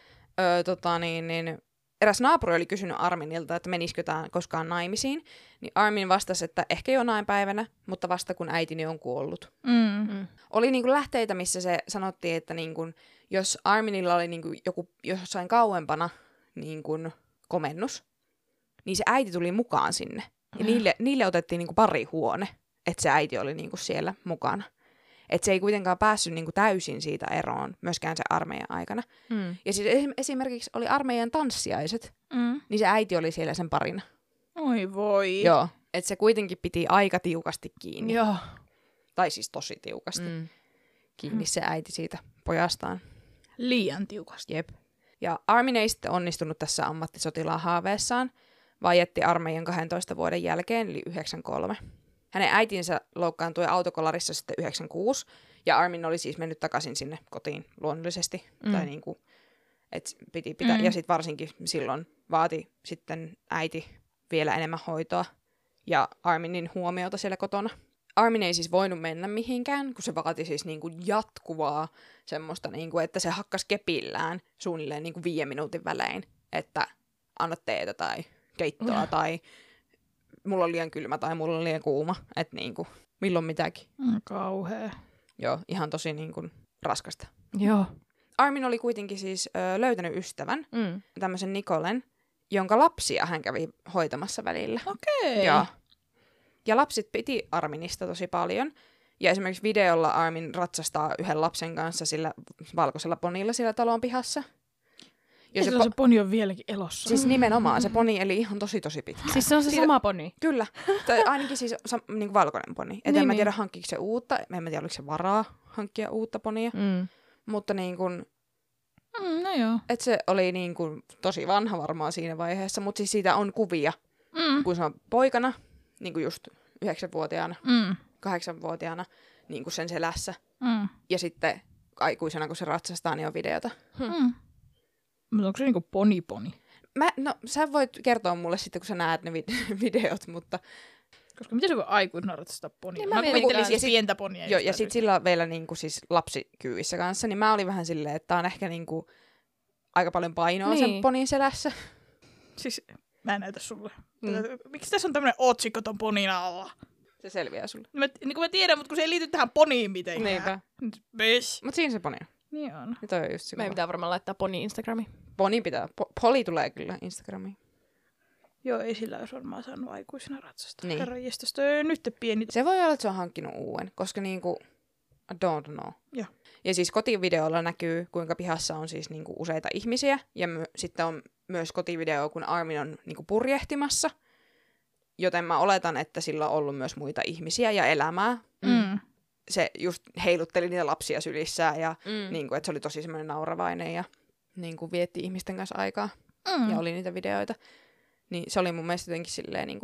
Eräs naapuri oli kysynyt Arminilta, että menisikö tämä koskaan naimisiin. Niin Armin vastasi, että ehkä jonain päivänä, mutta vasta kun äitini on kuollut. Oli niinku lähteitä, missä se sanottiin, että niinku, jos Arminilla oli niinku joku jossain kauempana niinku komennus, niin se äiti tuli mukaan sinne. Ja niille otettiin niinku parihuone, että se äiti oli niinku siellä mukana. Että se ei kuitenkaan päässyt niinku täysin siitä eroon, myöskään se armeijan aikana. Ja sitten esimerkiksi oli armeijan tanssiaiset, niin se äiti oli siellä sen parina. Oi voi. Joo, että se kuitenkin piti aika tiukasti kiinni. Joo. Tai siis tosi tiukasti kiinni se äiti siitä pojastaan. Liian tiukasti. Jep. Ja Armin ei sitten onnistunut tässä ammattisotilaan haaveessaan, vaan jätti armeijan 12 vuoden jälkeen, eli 93. Hänen äitinsä loukkaantui autokolarissa sitten 96, ja Armin oli siis mennyt takaisin sinne kotiin luonnollisesti. Tai niinku, et piti pitää, ja sitten varsinkin silloin vaati sitten äiti vielä enemmän hoitoa ja Arminin huomiota siellä kotona. Armin ei siis voinut mennä mihinkään, kun se vaati siis niinku jatkuvaa semmoista, niinku, että se hakkas kepillään suunnilleen niinku 5 minuutin välein, että anna teetä tai keittoa tai mulla on liian kylmä tai mulla on liian kuuma, että niinku, milloin mitäkin. Kauhea. Joo, ihan tosi niinku raskasta. Joo. Armin oli kuitenkin siis löytänyt ystävän, tämmöisen Nicolen, jonka lapsia hän kävi hoitamassa välillä. Okei. Joo. Ja lapset piti Arminista tosi paljon. Ja esimerkiksi videolla Armin ratsastaa yhden lapsen kanssa sillä valkoisella ponilla siellä talon pihassa. Ja se poni on vieläkin elossa. Siis nimenomaan se poni eli ihan tosi pitkään. Siis se on se sama poni. Kyllä. Tai ainakin siis niin valkoinen poni. Et en mä tiedä hankkiko se uutta. En mä tiedä oliko se varaa hankkia uutta ponia. Mutta niin kuin... no joo. Että se oli niin kuin tosi vanha varmaan siinä vaiheessa. Mutta siis siitä on kuvia. Kun se on poikana, niin kuin just 9-vuotiaana, 8-vuotiaana, niin kuin sen selässä. Ja sitten aikuisena, kun se ratsastaa, niin on videota. Mutta onko se niinku poni? No, sä voit kertoa mulle sitten, kun sä näet ne videot, mutta... Koska miten se voi aikuisena ratsastaa ponia? Niin mä kuvittelin siis pientä ponia. Joo, ja sitten sillä on vielä niinku siis lapsi kyyvissä kanssa, niin mä olin vähän silleen, että tää on ehkä niinku aika paljon painoa sen ponin selässä. Siis mä en näytä sulle. Miksi tässä on tämmönen otsikko ton ponin alla? Se selviää sulle. Niin kuin mä tiedän, mutta kun se ei liity tähän poniin mitenkään. Niinpä. Mut siinä se poni on. Niin on. Ja toi on just se Meidän pitää varmaan laittaa poni Instagramiin. Poni pitää. Poli tulee kyllä Instagramiin. Joo, ei sillä olisi varmaan saanut aikuisena ratsastaa. Niin. Herran jestas, toi on nyt pieni. Se voi olla, että se on hankkinut uuden, koska niinku, I don't know. Joo. Ja siis kotivideolla näkyy, kuinka pihassa on siis niinku useita ihmisiä. Ja sitten on myös kotivideo, kun Armin on niinku purjehtimassa. Joten mä oletan, että sillä on ollut myös muita ihmisiä ja elämää. Se just heilutteli niitä lapsia sylissään ja niinku, että se oli tosi semmoinen nauravainen ja niinku, vietti ihmisten kanssa aikaa. Ja oli niitä videoita. Niin se oli mun mielestä jotenkin silleen niinku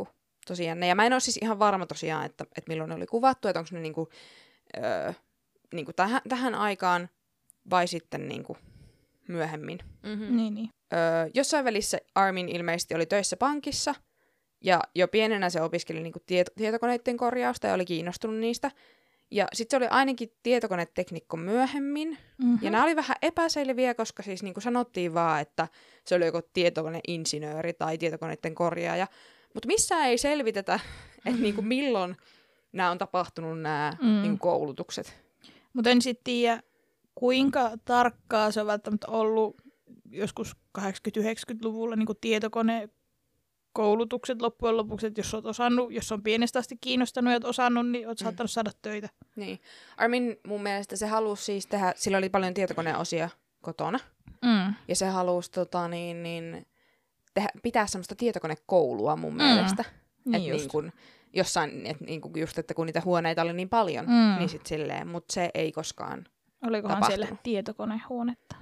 tosi jännä. Ja mä en ole siis ihan varma tosiaan, että milloin ne oli kuvattu, että onko ne niinku tähän aikaan vai sitten niinku myöhemmin. Mm-hmm. Niin. Jossain välissä Armin ilmeisesti oli töissä pankissa, ja jo pienenä se opiskeli niinku tietokoneiden korjausta ja oli kiinnostunut niistä. Ja sitten se oli ainakin tietokoneteknikko myöhemmin. Mm-hmm. Ja nämä oli vähän epäselviä, koska siis niinku sanottiin vaan, että se oli joko tietokoneinsinööri tai tietokoneiden korjaaja. Mutta missään ei selvitetä, että niinku milloin nämä on tapahtunut nämä niinku koulutukset. Mutta en sitten tiedä, kuinka tarkkaa se on välttämättä ollut joskus 80-90-luvulla niin tietokonekoulutukset loppujen lopuksi, että jos olet osannut, jos on pienestä asti kiinnostanut ja olet osannut, niin olet saattanut saada töitä. Niin. Armin mun mielestä se halusi siis tehdä, sillä oli paljon tietokoneosia kotona, ja se halusi pitää semmoista tietokonekoulua mun mielestä. Niin että niin jossain, että niin just, että kun niitä huoneita oli niin paljon, niin sit silleen, mutta se ei koskaan Olikohan tapahtunut. siellä tietokonehuonetta?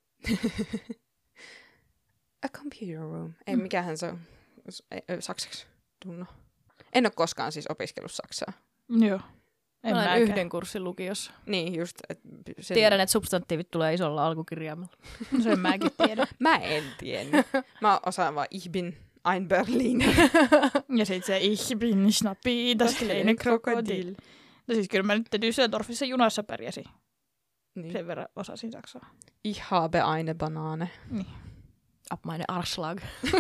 A computer room. Ei, mikähän se on saksaksi tunnu. En ole koskaan siis opiskellut saksaa. Joo. En Mä olen mäkään. yhden kurssin lukiossa. Niin, just. Tiedän, että substantiivit tulee isolla alkukirjaimella. Sen mäkin tiedän. Mä en tiennyt. Mä osaan vaan ich bin ein Berliner. Ja sit se ich bin schnappi, das kleine krokodil. No siis kyllä mä nyt Düsseldorfissa junassa pärjäsin. Niin. Sen verran osasin saksaa. Ich habe eine Banane. Niin. Ab meine Arschlag.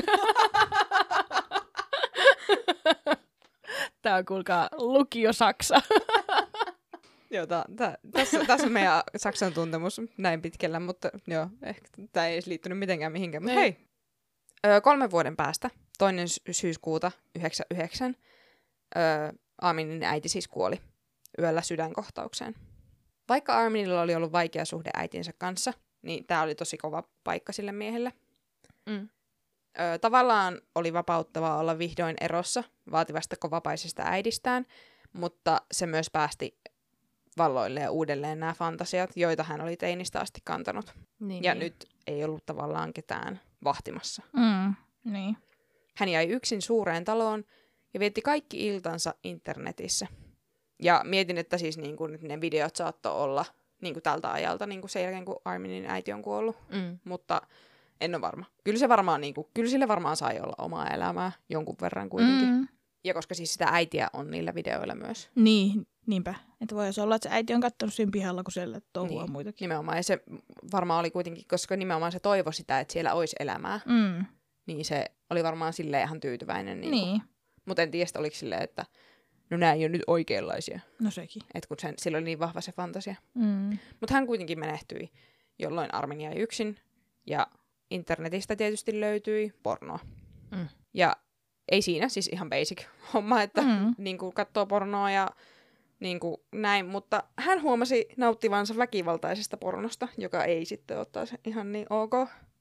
Tää on kuulkaa lukio-saksa. Joo, tässä on meidän saksan tuntemus näin pitkällä, mutta joo, ehkä tämä ei edes liittynyt mitenkään mihinkään. Mutta hei, 3 vuoden päästä, 2. syyskuuta 1999, Arminin äiti siis kuoli yöllä sydänkohtaukseen. Vaikka Arminilla oli ollut vaikea suhde äitinsä kanssa, niin tämä oli tosi kova paikka sille miehelle. Tavallaan oli vapauttavaa olla vihdoin erossa vaativasta kovapäisestä äidistään, mutta se myös päästi valloilleen uudelleen nämä fantasiat, joita hän oli teinistä asti kantanut. Niin, Ja nyt ei ollut tavallaan ketään vahtimassa. Niin. Hän jäi yksin suureen taloon ja vietti kaikki iltansa internetissä. Ja mietin, että siis niin kun ne videot saattoi olla niin kun tältä ajalta niin kun sen jälkeen, kun Arminin äiti on kuollut. Mutta en ole varma. Kyllä sille varmaan sai olla omaa elämää jonkun verran kuitenkin. Ja koska siis sitä äitiä on niillä videoilla myös. Niin, niinpä. Että voisi olla, että se äiti on katsonut siinä pihalla, kun siellä touhua Niin, muitakin. nimenomaan. Ja se varmaan oli kuitenkin, koska nimenomaan se toivoi sitä, että siellä olisi elämää. Niin se oli varmaan silleen ihan tyytyväinen. Niin. Mutta en tiedä, oliko silleen, että no nämä ei ole nyt oikeanlaisia. No sekin. Että kun sillä oli niin vahva se fantasia. Mutta hän kuitenkin menehtyi, jolloin Armin jäi yksin. Ja internetistä tietysti löytyi pornoa. Ja ei siinä, siis ihan basic homma, että niinku katsoo pornoa ja niinku näin. Mutta hän huomasi nauttivansa väkivaltaisesta pornosta, joka ei sitten ole taas ihan niin ok.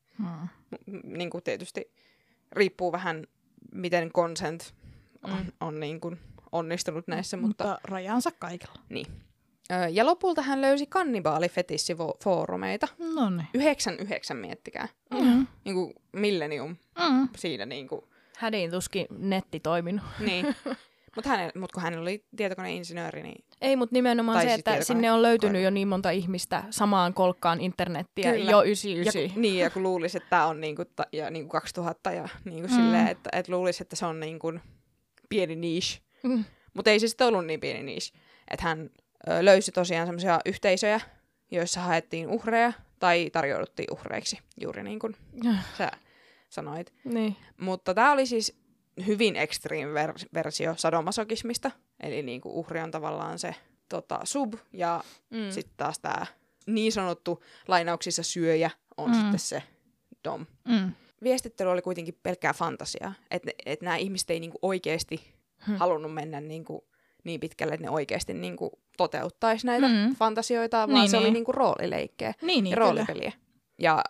Niinku tietysti riippuu vähän, miten consent on niinku onnistunut näissä. Mutta rajansa kaikella. Niin. Ja lopulta hän löysi kannibaalifetissifoorumeita. No niin. 99 miettikää. Niinku millennium siinä niinku. Hädin tuskin netti toiminut. Niin. Mutta kun hän oli tietokoneinsinööri, niin Ei, mutta nimenomaan tai se, siis että sinne on löytynyt jo niin monta ihmistä samaan kolkkaan internettiä Kyllä. jo 99. ja kun luulisi, että tämä on niinku, niinku 2000 ja niinku silleen, että luulisi, että se on niinku pieni niche. Mutta ei se sitten ollut niin pieni niche. Että hän löysi tosiaan semmoisia yhteisöjä, joissa haettiin uhreja tai tarjouduttiin uhreiksi, juuri niin kuin sä sanoit. Niin. Mutta tämä oli siis hyvin extreme versio sadomasokismista, eli niin kuin uhri on tavallaan se sub, ja sitten taas tämä niin sanottu lainauksissa syöjä on sitten se dom. Viestittely oli kuitenkin pelkkää fantasiaa, että nämä ihmiset ei niinku oikeasti halunnut mennä niinku niin pitkälle, että ne oikeasti niinku toteuttaisi näitä fantasioita, vaan se oli niinku roolileikkeä ja roolipeliä. Ja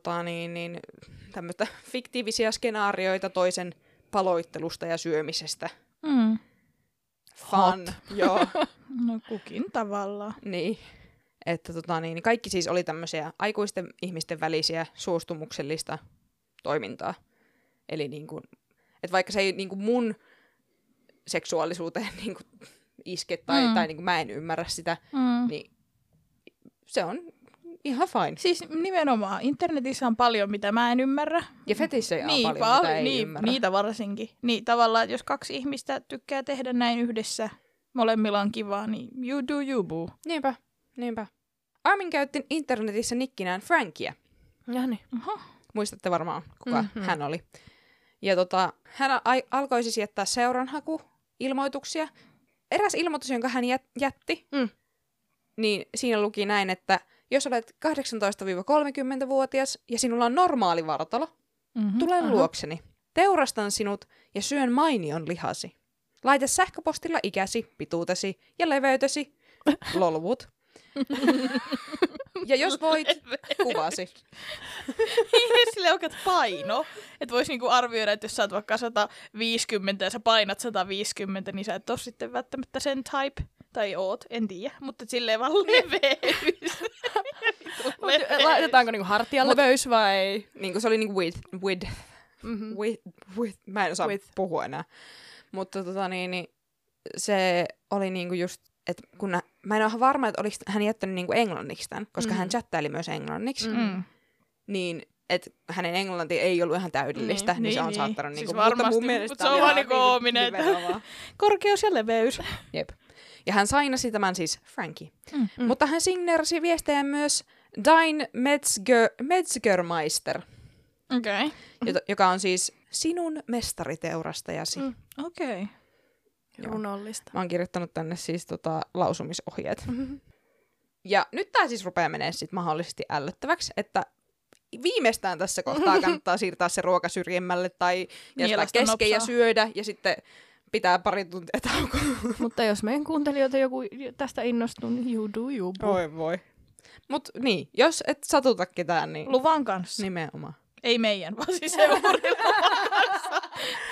tämmöistä fiktiivisiä skenaarioita toisen paloittelusta ja syömisestä. Fun, joo. No kukin tavallaan. Niin. Että kaikki siis oli tämmöisiä aikuisten ihmisten välisiä suostumuksellista toimintaa. Eli niinku, että vaikka se ei niinku mun seksuaalisuuteen niin kuin iske tai niin kuin mä en ymmärrä sitä, niin se on ihan fine. Siis nimenomaan. Internetissä on paljon, mitä mä en ymmärrä. Ja fetissejä on paljon, mitä ei ymmärrä. Niitä varsinkin. Niin tavallaan, että jos 2 ihmistä tykkää tehdä näin yhdessä, molemmilla on kivaa, niin you do you, boo. Niinpä. Armin käytti internetissä nikkinään Frankia. Jani. Muistatte varmaan, kuka hän oli. Ja hän alkoi siis jättää seuranhakuilmoituksia. Eräs ilmoitus, jonka hän jätti, niin siinä luki näin, että jos olet 18-30-vuotias ja sinulla on normaali vartalo, tule luokseni. Teurastan sinut ja syön mainion lihasi. Laita sähköpostilla ikäsi, pituutesi ja leveytesi, lolvut. Ja jos voit, kuvasi. Sille oikeat paino. Että voisi niinku arvioida, että jos sä oot vaikka 150 ja sä painat 150, niin sä et ole sitten välttämättä sen type. Tai oot, en tiedä. Mutta silleen vaan leveys. Laitetaanko niinku hartialeveys vai? Niinku se oli niinku with. Mä en osaa puhua enää. Mutta se oli niinku just, että kun mä en ole varma, että oliko hän jättänyt niinku englanniksi tämän, koska hän chattaili myös englanniksi. Niin, että hänen englanti ei ollut ihan täydellistä, niin se on saattanut siis niinku, mutta mun mielestä se on vaan niinku koominen. Korkeus ja leveys. Jep. Ja hän sainasi tämän siis Frankie. Mutta hän signeerasi viestejä myös Dein Metzgermeister, joka on siis sinun mestariteurastajasi. Okei. Runollista. Mä oon kirjoittanut tänne siis lausumisohjeet. Ja nyt tää siis rupeaa menemään sit mahdollisesti ällöttäväksi, että viimeistään tässä kohtaa kannattaa siirtää se ruoka syrjemmälle tai jättää kesken ja syödä ja sitten pitää pari tuntia taukoa. Mutta jos meidän kuuntelijoita joku tästä innostuu, niin you do you. Oi voi. Mut niin, jos et satuta ketään, niin luvan kanssa. Nimenomaan. Ei meidän, vaan siis luvan kanssa.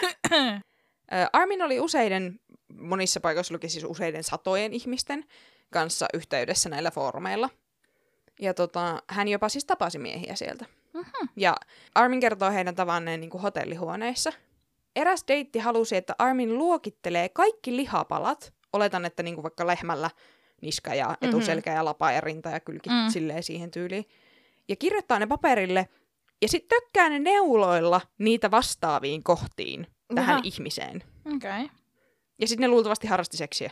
Armin oli monissa paikoissa luki siis useiden satojen ihmisten kanssa yhteydessä näillä foorumeilla. Ja hän jopa siis tapasi miehiä sieltä. Ja Armin kertoo heidän tavanneen niin kuin hotellihuoneissa. Eräs deitti halusi, että Armin luokittelee kaikki lihapalat. Oletan, että niin kuin vaikka lehmällä niska ja etuselkä ja lapa ja rinta ja kylki silleen siihen tyyliin. Ja kirjoittaa ne paperille ja sitten tökkää ne neuloilla niitä vastaaviin kohtiin tähän ihmiseen. Okei. Ja sitten ne luultavasti harrasti seksiä.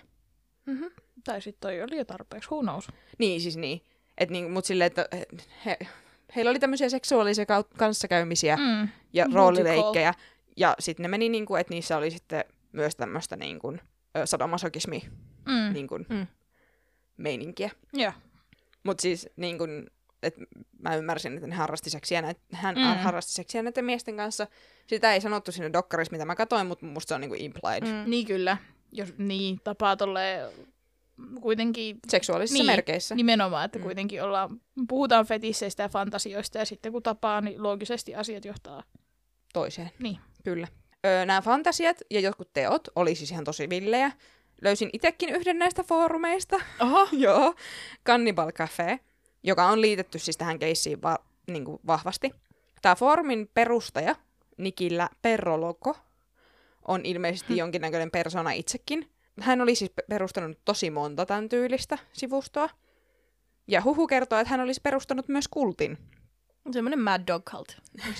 Tai sitten toi oli jo tarpeeksi, who knows. Niin, siis niin. Mutta silleen, että heillä oli tämmöisiä seksuaalisia kanssakäymisiä ja roolileikkejä. Ja sitten ne meni niinku, että niissä oli sitten myös tämmöistä niinku sadomasokismi niinku meininkiä. Joo. Mutta siis niinku, että mä ymmärsin, että hän harrasti seksiä näiden miesten kanssa. Sitä ei sanottu siinä dokkarissa, mitä mä katsoin, mutta musta se on niinku implied. Niin kyllä. Jos niin tapaa tolleen kuitenkin seksuaalisissa merkeissä. Nimenomaan, että kuitenkin puhutaan fetisseistä ja fantasioista ja sitten kun tapaa, niin loogisesti asiat johtaa toiseen. Niin. Kyllä. Nämä fantasiat ja jotkut teot oli siis ihan tosi villejä. Löysin itsekin yhden näistä foorumeista. Oho. Joo. Cannibal Cafe, joka on liitetty siis tähän keissiin niinku vahvasti. Tämä foorumin perustaja, Nikillä Perroloco, on ilmeisesti jonkinnäköinen persona itsekin. Hän oli siis perustanut tosi monta tämän tyylistä sivustoa. Ja huhu kertoo, että hän olisi perustanut myös kultin. Semmoinen mad dog cult.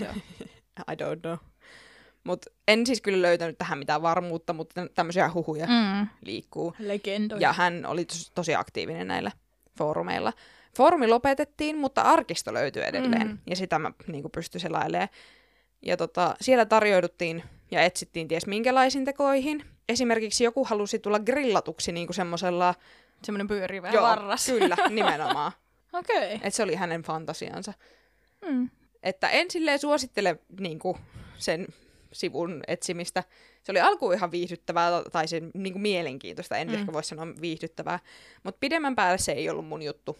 I don't know. Mut en siis kyllä löytänyt tähän mitään varmuutta, mutta tämmöisiä huhuja liikkuu. Legendoja. Ja hän oli tosi aktiivinen näillä foorumeilla. Foorumi lopetettiin, mutta arkisto löytyi edelleen. Ja sitä mä niinku pystyin selailemaan. Ja siellä tarjouduttiin ja etsittiin ties minkälaisiin tekoihin. Esimerkiksi joku halusi tulla grillatuksi niinku semmosella... Semmoinen pyörivä varras. Kyllä, nimenomaan. Okei. Että se oli hänen fantasiansa. Että en silleen suosittele niinku sen sivun etsimistä. Se oli alkuun ihan viihdyttävää tai sen niinku mielenkiintoista. En ehkä voi sanoa viihdyttävää. Mutta pidemmän päälle se ei ollut mun juttu.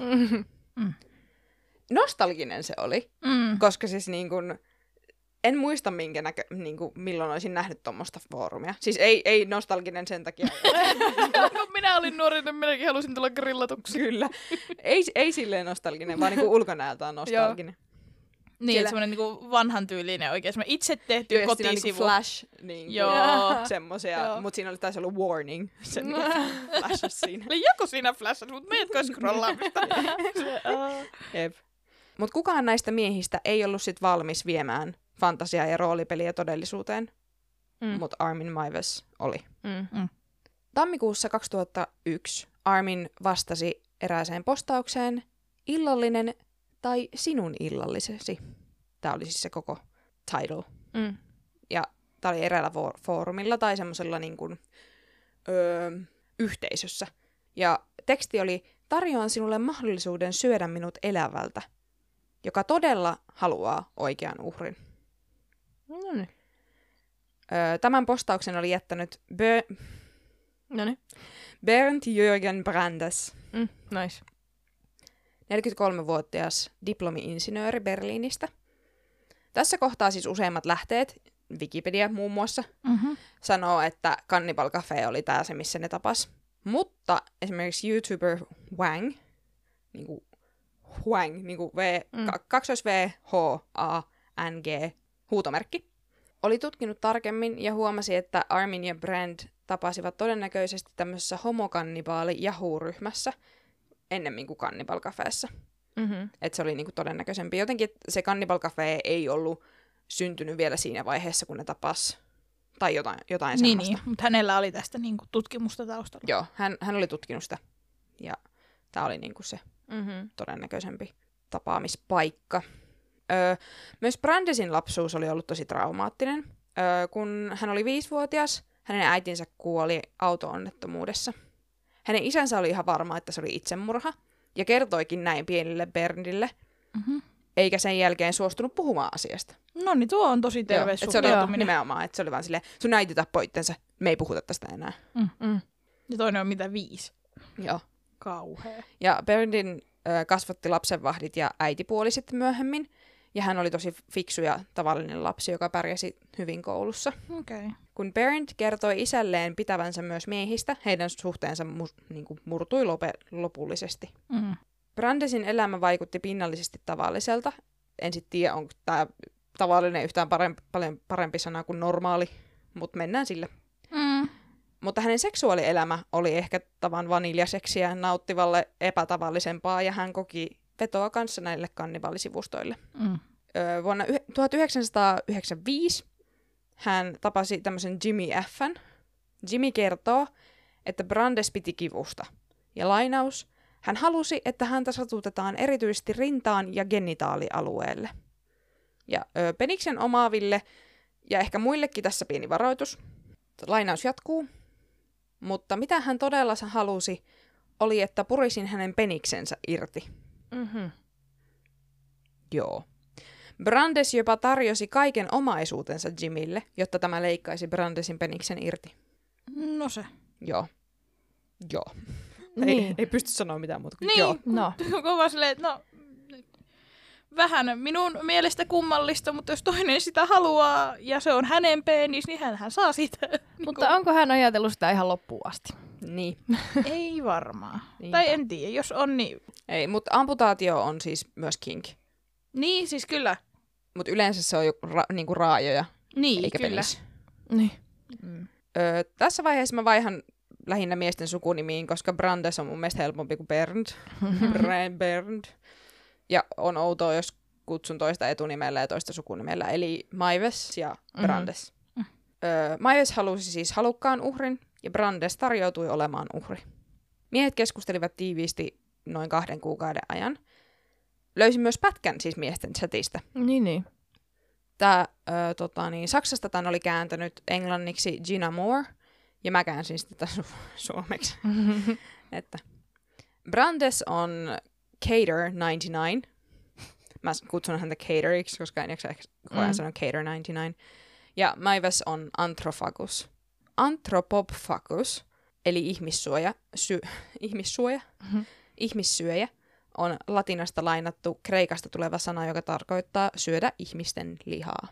Nostalginen se oli. Koska siis niinku... En muista milloin olisin nähnyt tuommoista foorumia. Siis ei nostalginen sen takia. Kun minä olin nuori, niin minäkin halusin tulla grillatuksi. Kyllä. Ei silleen nostalginen, vaan niinku ulkonäöltään nostalginen. Niin, Siellä- että semmoinen niinku vanhan tyylinen oikein, semmoinen itse tehty Kyllä, siinä on kotisivu. niinku flash, niin Joo. semmosia, Joo. mutta siinä oli taisi olla warning, se niinku flashas siinä. Eli joku siinä flashas, mutta meetkö scrollaamista? Jep. Mut kukaan näistä miehistä ei ollut sit valmis viemään fantasiaa ja roolipeliä todellisuuteen, mutta Armin Meiwes oli. Tammikuussa 2001 Armin vastasi erääseen postaukseen illallinen tai sinun illallisesi. Tämä oli siis se koko title. Ja tämä oli eräällä foorumilla tai semmoisella niin kuin, yhteisössä. Ja teksti oli: tarjoan sinulle mahdollisuuden syödä minut elävältä, joka todella haluaa oikean uhrin. No niin. Tämän postauksen oli jättänyt Noniin. Bernd Jürgen Brandes, Nice. 43-vuotias diplomi-insinööri Berliinistä. Tässä kohtaa siis useimmat lähteet, Wikipedia muun muassa, sanoo, että Cannibal Cafe oli tää se, missä ne tapas. Mutta esimerkiksi YouTuber Wang, niinku Huang, niinku kaksois-V-H-A-N-G, huutomerkki, oli tutkinut tarkemmin ja huomasi, että Armin ja Brand tapasivat todennäköisesti tämmöisessä homokannibaali-Yahoo-ryhmässä ennemmin kuin Cannibal Cafeessa. Että se oli niinku todennäköisempi. Jotenkin se Cannibal Cafe ei ollut syntynyt vielä siinä vaiheessa, kun ne tapas. Tai jotain semmoista. Niin, mutta hänellä oli tästä niinku tutkimusta taustalla. Joo, hän oli tutkinut sitä. Ja tämä oli niinku se todennäköisempi tapaamispaikka. Myös Brandesin lapsuus oli ollut tosi traumaattinen. Kun hän oli 5-vuotias, hänen äitinsä kuoli auto-onnettomuudessa. Hänen isänsä oli ihan varma, että se oli itsemurha, ja kertoikin näin pienille Berndille, eikä sen jälkeen suostunut puhumaan asiasta. No niin, tuo on tosi terve Että se oli nimenomaan, että se oli vaan silleen, sun äiti tappoi itsensä, me ei puhuta tästä enää. Ja toinen on mitä 5. Joo. Kauhea. Ja Berndin kasvatti lapsenvahdit ja äitipuoli sitten myöhemmin, ja hän oli tosi fiksu ja tavallinen lapsi, joka pärjäsi hyvin koulussa. Okei. Kun Bernd kertoi isälleen pitävänsä myös miehistä, heidän suhteensa murtui lopullisesti. Brandesin elämä vaikutti pinnallisesti tavalliselta. En sitten tiedä, onko tämä tavallinen yhtään paljon parempi sana kuin normaali, mutta mennään sille. Mutta hänen seksuaalielämä oli ehkä tavan vaniljaseksiä nauttivalle epätavallisempaa, ja hän koki vetoa kanssa näille kannibaalisivustoille. Vuonna 1995 hän tapasi tämmöisen Jimmy F:n. Jimmy kertoo, että Brandes piti kivusta. Ja lainaus: hän halusi, että häntä satutetaan erityisesti rintaan ja genitaalialueelle. Ja peniksen omaaville ja ehkä muillekin tässä pieni varoitus. Lainaus jatkuu. Mutta mitä hän todella halusi, oli, että purisin hänen peniksensä irti. Joo. Brandes jopa tarjosi kaiken omaisuutensa Jimille, jotta tämä leikkaisi Brandesin peniksen irti. No se. Joo. Niin. Ei pysty sanoa mitään muuta kuin Niin, joo. No. Kova silleen, että no, vähän minun mielestä kummallista, mutta jos toinen sitä haluaa ja se on hänen penis, niin hän saa sitä. Mutta onko hän ajatellut sitä ihan loppuun asti? Niin. Ei varmaan. Niinpä. Tai en tiedä, jos on niin. Ei, mutta amputaatio on siis myös kink. Niin, siis kyllä. Mutta yleensä se on niinku raajoja, Niin, eikä kyllä. penis. Niin. Tässä vaiheessa mä vaihan lähinnä miesten sukunimiin, koska Brandes on mun mielestä helpompi kuin Bernd. Bernd. Ja on outoa, jos kutsun toista etunimellä ja toista sukunimellä, eli Meiwes ja Brandes. Meiwes halusi siis halukkaan uhrin, ja Brandes tarjoutui olemaan uhri. Miehet keskustelivat tiiviisti noin 2 kuukauden ajan. Löysin myös pätkän siis miesten chatista. Niin. Saksasta tämän oli kääntänyt englanniksi Gina Moore, ja mä käänsin sitä suomeksi. Että Brandes on Cater 99. Mä kutsun häntä Cateriksi, koska en jaksa koko ajan sanoa Cater 99. Ja Meiwes on Anthropophagus. Anthropophagus, eli ihmissyöjä, on latinasta lainattu kreikasta tuleva sana, joka tarkoittaa syödä ihmisten lihaa.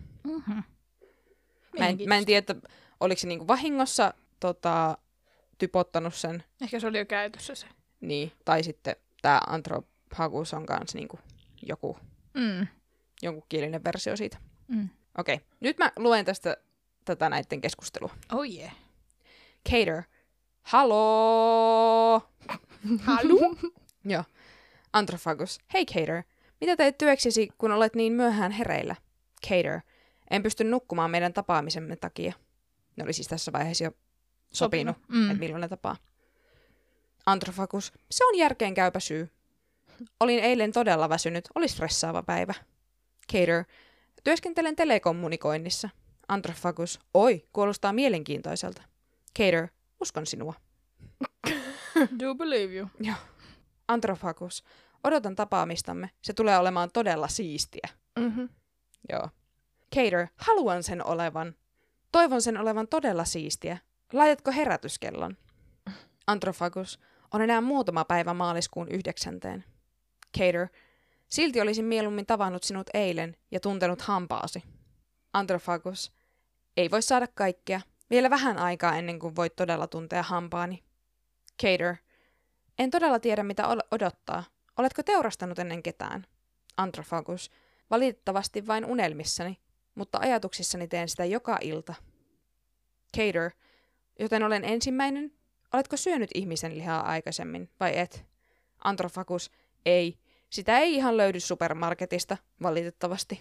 Mä en tiedä, että oliko se niinku vahingossa typottanut sen. Ehkä se oli jo käytössä se. Niin, tai sitten tämä Anthropophagus on kans niinku joku jonkun kielinen versio siitä. Mm. Okei, nyt mä luen tätä näiden keskustelua. Oh yeah. Cater. Haloo! Halu? Joo. Anthrophagus. Hei Cater. Mitä teet työksesi, kun olet niin myöhään hereillä? Cater. En pysty nukkumaan meidän tapaamisemme takia. Ne oli siis tässä vaiheessa jo sopinut, että milloin ne tapaa. Anthrophagus. Se on järkeenkäypä syy. Olin eilen todella väsynyt. Oli stressaava päivä. Cater. Työskentelen telekommunikoinnissa. Anthrophagus. Oi, kuulostaa mielenkiintoiselta. Cater. Uskon sinua. Do believe you. Joo. Anthrophagus. Odotan tapaamistamme. Se tulee olemaan todella siistiä. Mm-hmm. Joo. Cater. Haluan sen olevan. Toivon sen olevan todella siistiä. Laitatko herätyskellon? Anthrophagus. On enää muutama päivä maaliskuun 9. Cater. Silti olisin mieluummin tavannut sinut eilen ja tuntenut hampaasi. Anthrophagus. Ei voi saada kaikkea. Vielä vähän aikaa ennen kuin voit todella tuntea hampaani. Cater. En todella tiedä mitä odottaa. Oletko teurastanut ennen ketään? Anthrophagus. Valitettavasti vain unelmissani, mutta ajatuksissani teen sitä joka ilta. Cater. Joten olen ensimmäinen. Oletko syönyt ihmisen lihaa aikaisemmin, vai et? Anthrophagus. Ei. Sitä ei ihan löydy supermarketista, valitettavasti.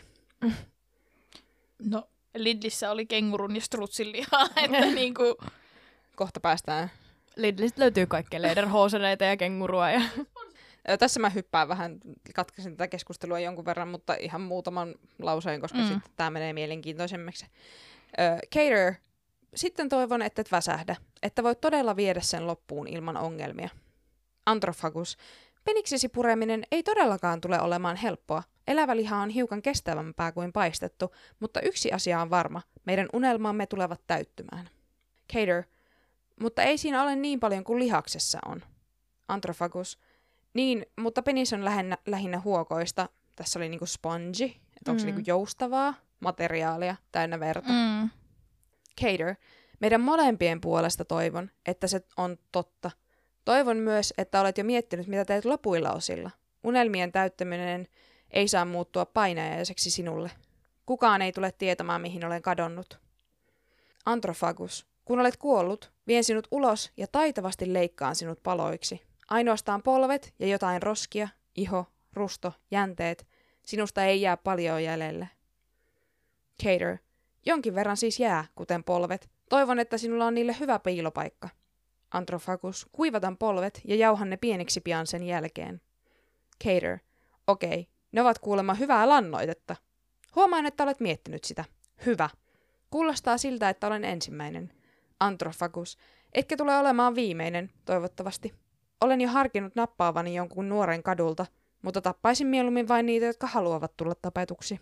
No, Lidlissä oli kengurun ja strutsin lihaa, että niinku... Kohta päästään. Lidlistä löytyy kaikkea lederhoseneita ja kengurua. Ja... Tässä mä hyppään vähän, katkaisin tätä keskustelua jonkun verran, mutta ihan muutaman lauseen, koska sitten tämä menee mielenkiintoisemmaksi. Cater, sitten toivon, että et väsähdä, että voit todella viedä sen loppuun ilman ongelmia. Anthrophagus, peniksesi pureminen ei todellakaan tule olemaan helppoa. Elävä liha on hiukan kestävämpää kuin paistettu, mutta yksi asia on varma, meidän unelmamme tulevat täyttymään. Cater, mutta ei siinä ole niin paljon kuin lihaksessa on. Anthrophagus, niin, mutta penis on lähinnä huokoista. Tässä oli niinku sponge, että onko se niinku joustavaa materiaalia täynnä verta. Cater, meidän molempien puolesta toivon, että se on totta. Toivon myös, että olet jo miettinyt, mitä teet lopuilla osilla. Unelmien täyttäminen ei saa muuttua painajaiseksi sinulle. Kukaan ei tule tietämään, mihin olen kadonnut. Anthrophagus, kun olet kuollut, vien sinut ulos ja taitavasti leikkaan sinut paloiksi. Ainoastaan polvet ja jotain roskia, iho, rusto, jänteet. Sinusta ei jää paljon jäljelle. Cater, jonkin verran siis jää, kuten polvet. Toivon, että sinulla on niille hyvä piilopaikka. Anthrophagus, kuivatan polvet ja jauhan ne pieniksi pian sen jälkeen. Cater, okei, ne ovat kuulemma hyvää lannoitetta. Huomaan, että olet miettinyt sitä. Hyvä. Kuulostaa siltä, että olen ensimmäinen. Anthrophagus, etkä tule olemaan viimeinen, toivottavasti. Olen jo harkinnut nappaavani jonkun nuoren kadulta, mutta tappaisin mieluummin vain niitä, jotka haluavat tulla tapetuksi.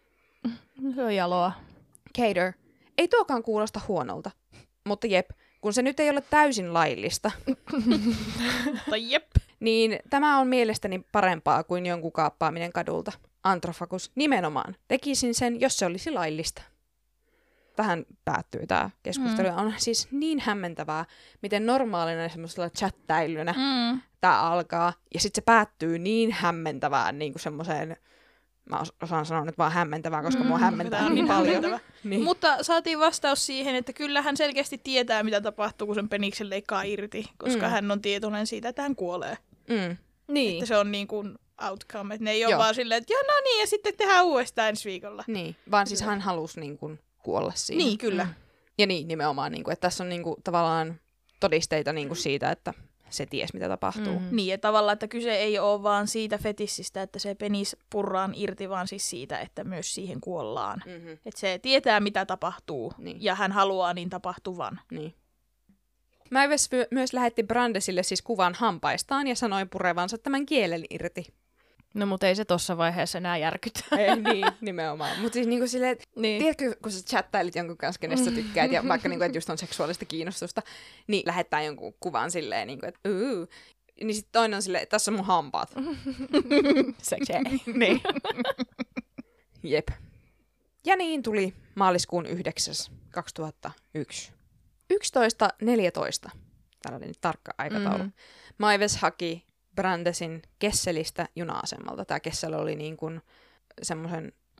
Se on jaloa. Cater, ei tuokaan kuulosta huonolta. Mutta jep, kun se nyt ei ole täysin laillista, Tai jep. niin tämä on mielestäni parempaa kuin jonkun kaappaaminen kadulta. Anthrophagus, nimenomaan. Tekisin sen, jos se olisi laillista. Tähän päättyy tämä keskustelu. On siis niin hämmentävää, miten normaalina semmoisella chattäilynä tämä alkaa. Ja sitten se päättyy niin hämmentävään niin kuin semmoiseen, mä osaan sanoa nyt vaan hämmentävää, koska mua hämmentää niin paljon. Niin. Mutta saatiin vastaus siihen, että kyllä hän selkeästi tietää, mitä tapahtuu, kun sen peniksen leikkaa irti, koska hän on tietoinen siitä, että hän kuolee. Niin. Että se on niin kuin outcome, että ne ei ole vaan silleen, että no niin, ja sitten tehdään uudestaan ensi viikolla. Niin, vaan siis hän halusi niin kuin kuolla siinä. Niin, kyllä. Ja niin, nimenomaan, niin kuin, että tässä on niin kuin, tavallaan todisteita niin kuin siitä, että se ties, mitä tapahtuu. Niin, ja tavallaan, että kyse ei ole vaan siitä fetissistä, että se penis purraan irti, vaan siis siitä, että myös siihen kuollaan. Että se tietää, mitä tapahtuu, ja hän haluaa niin tapahtuvan. Niin. Mavis myös lähetti Brandesille siis kuvan hampaistaan ja sanoi purevansa tämän kielen irti. No, mutta ei se tossa vaiheessa enää järkytä. Ei, niin, nimenomaan. Mutta siis niinku silleen, tiedätkö, kun sä chattailit jonkun kanssa, kenestä tykkäät, ja vaikka niinku, että just on seksuaalista kiinnostusta, niin lähettää jonkun kuvan silleen, niinku, että niin sitten toinen on silleen, että tässä on mun hampaat. Seksi. Niin. Jep. Ja niin tuli maaliskuun 9. 2001. 11.14. Täällä oli nyt tarkka aikataulu. Mavis haki Brandesin Kesselistä juna-asemalta. Tämä Kessel oli niin kuin semmoisen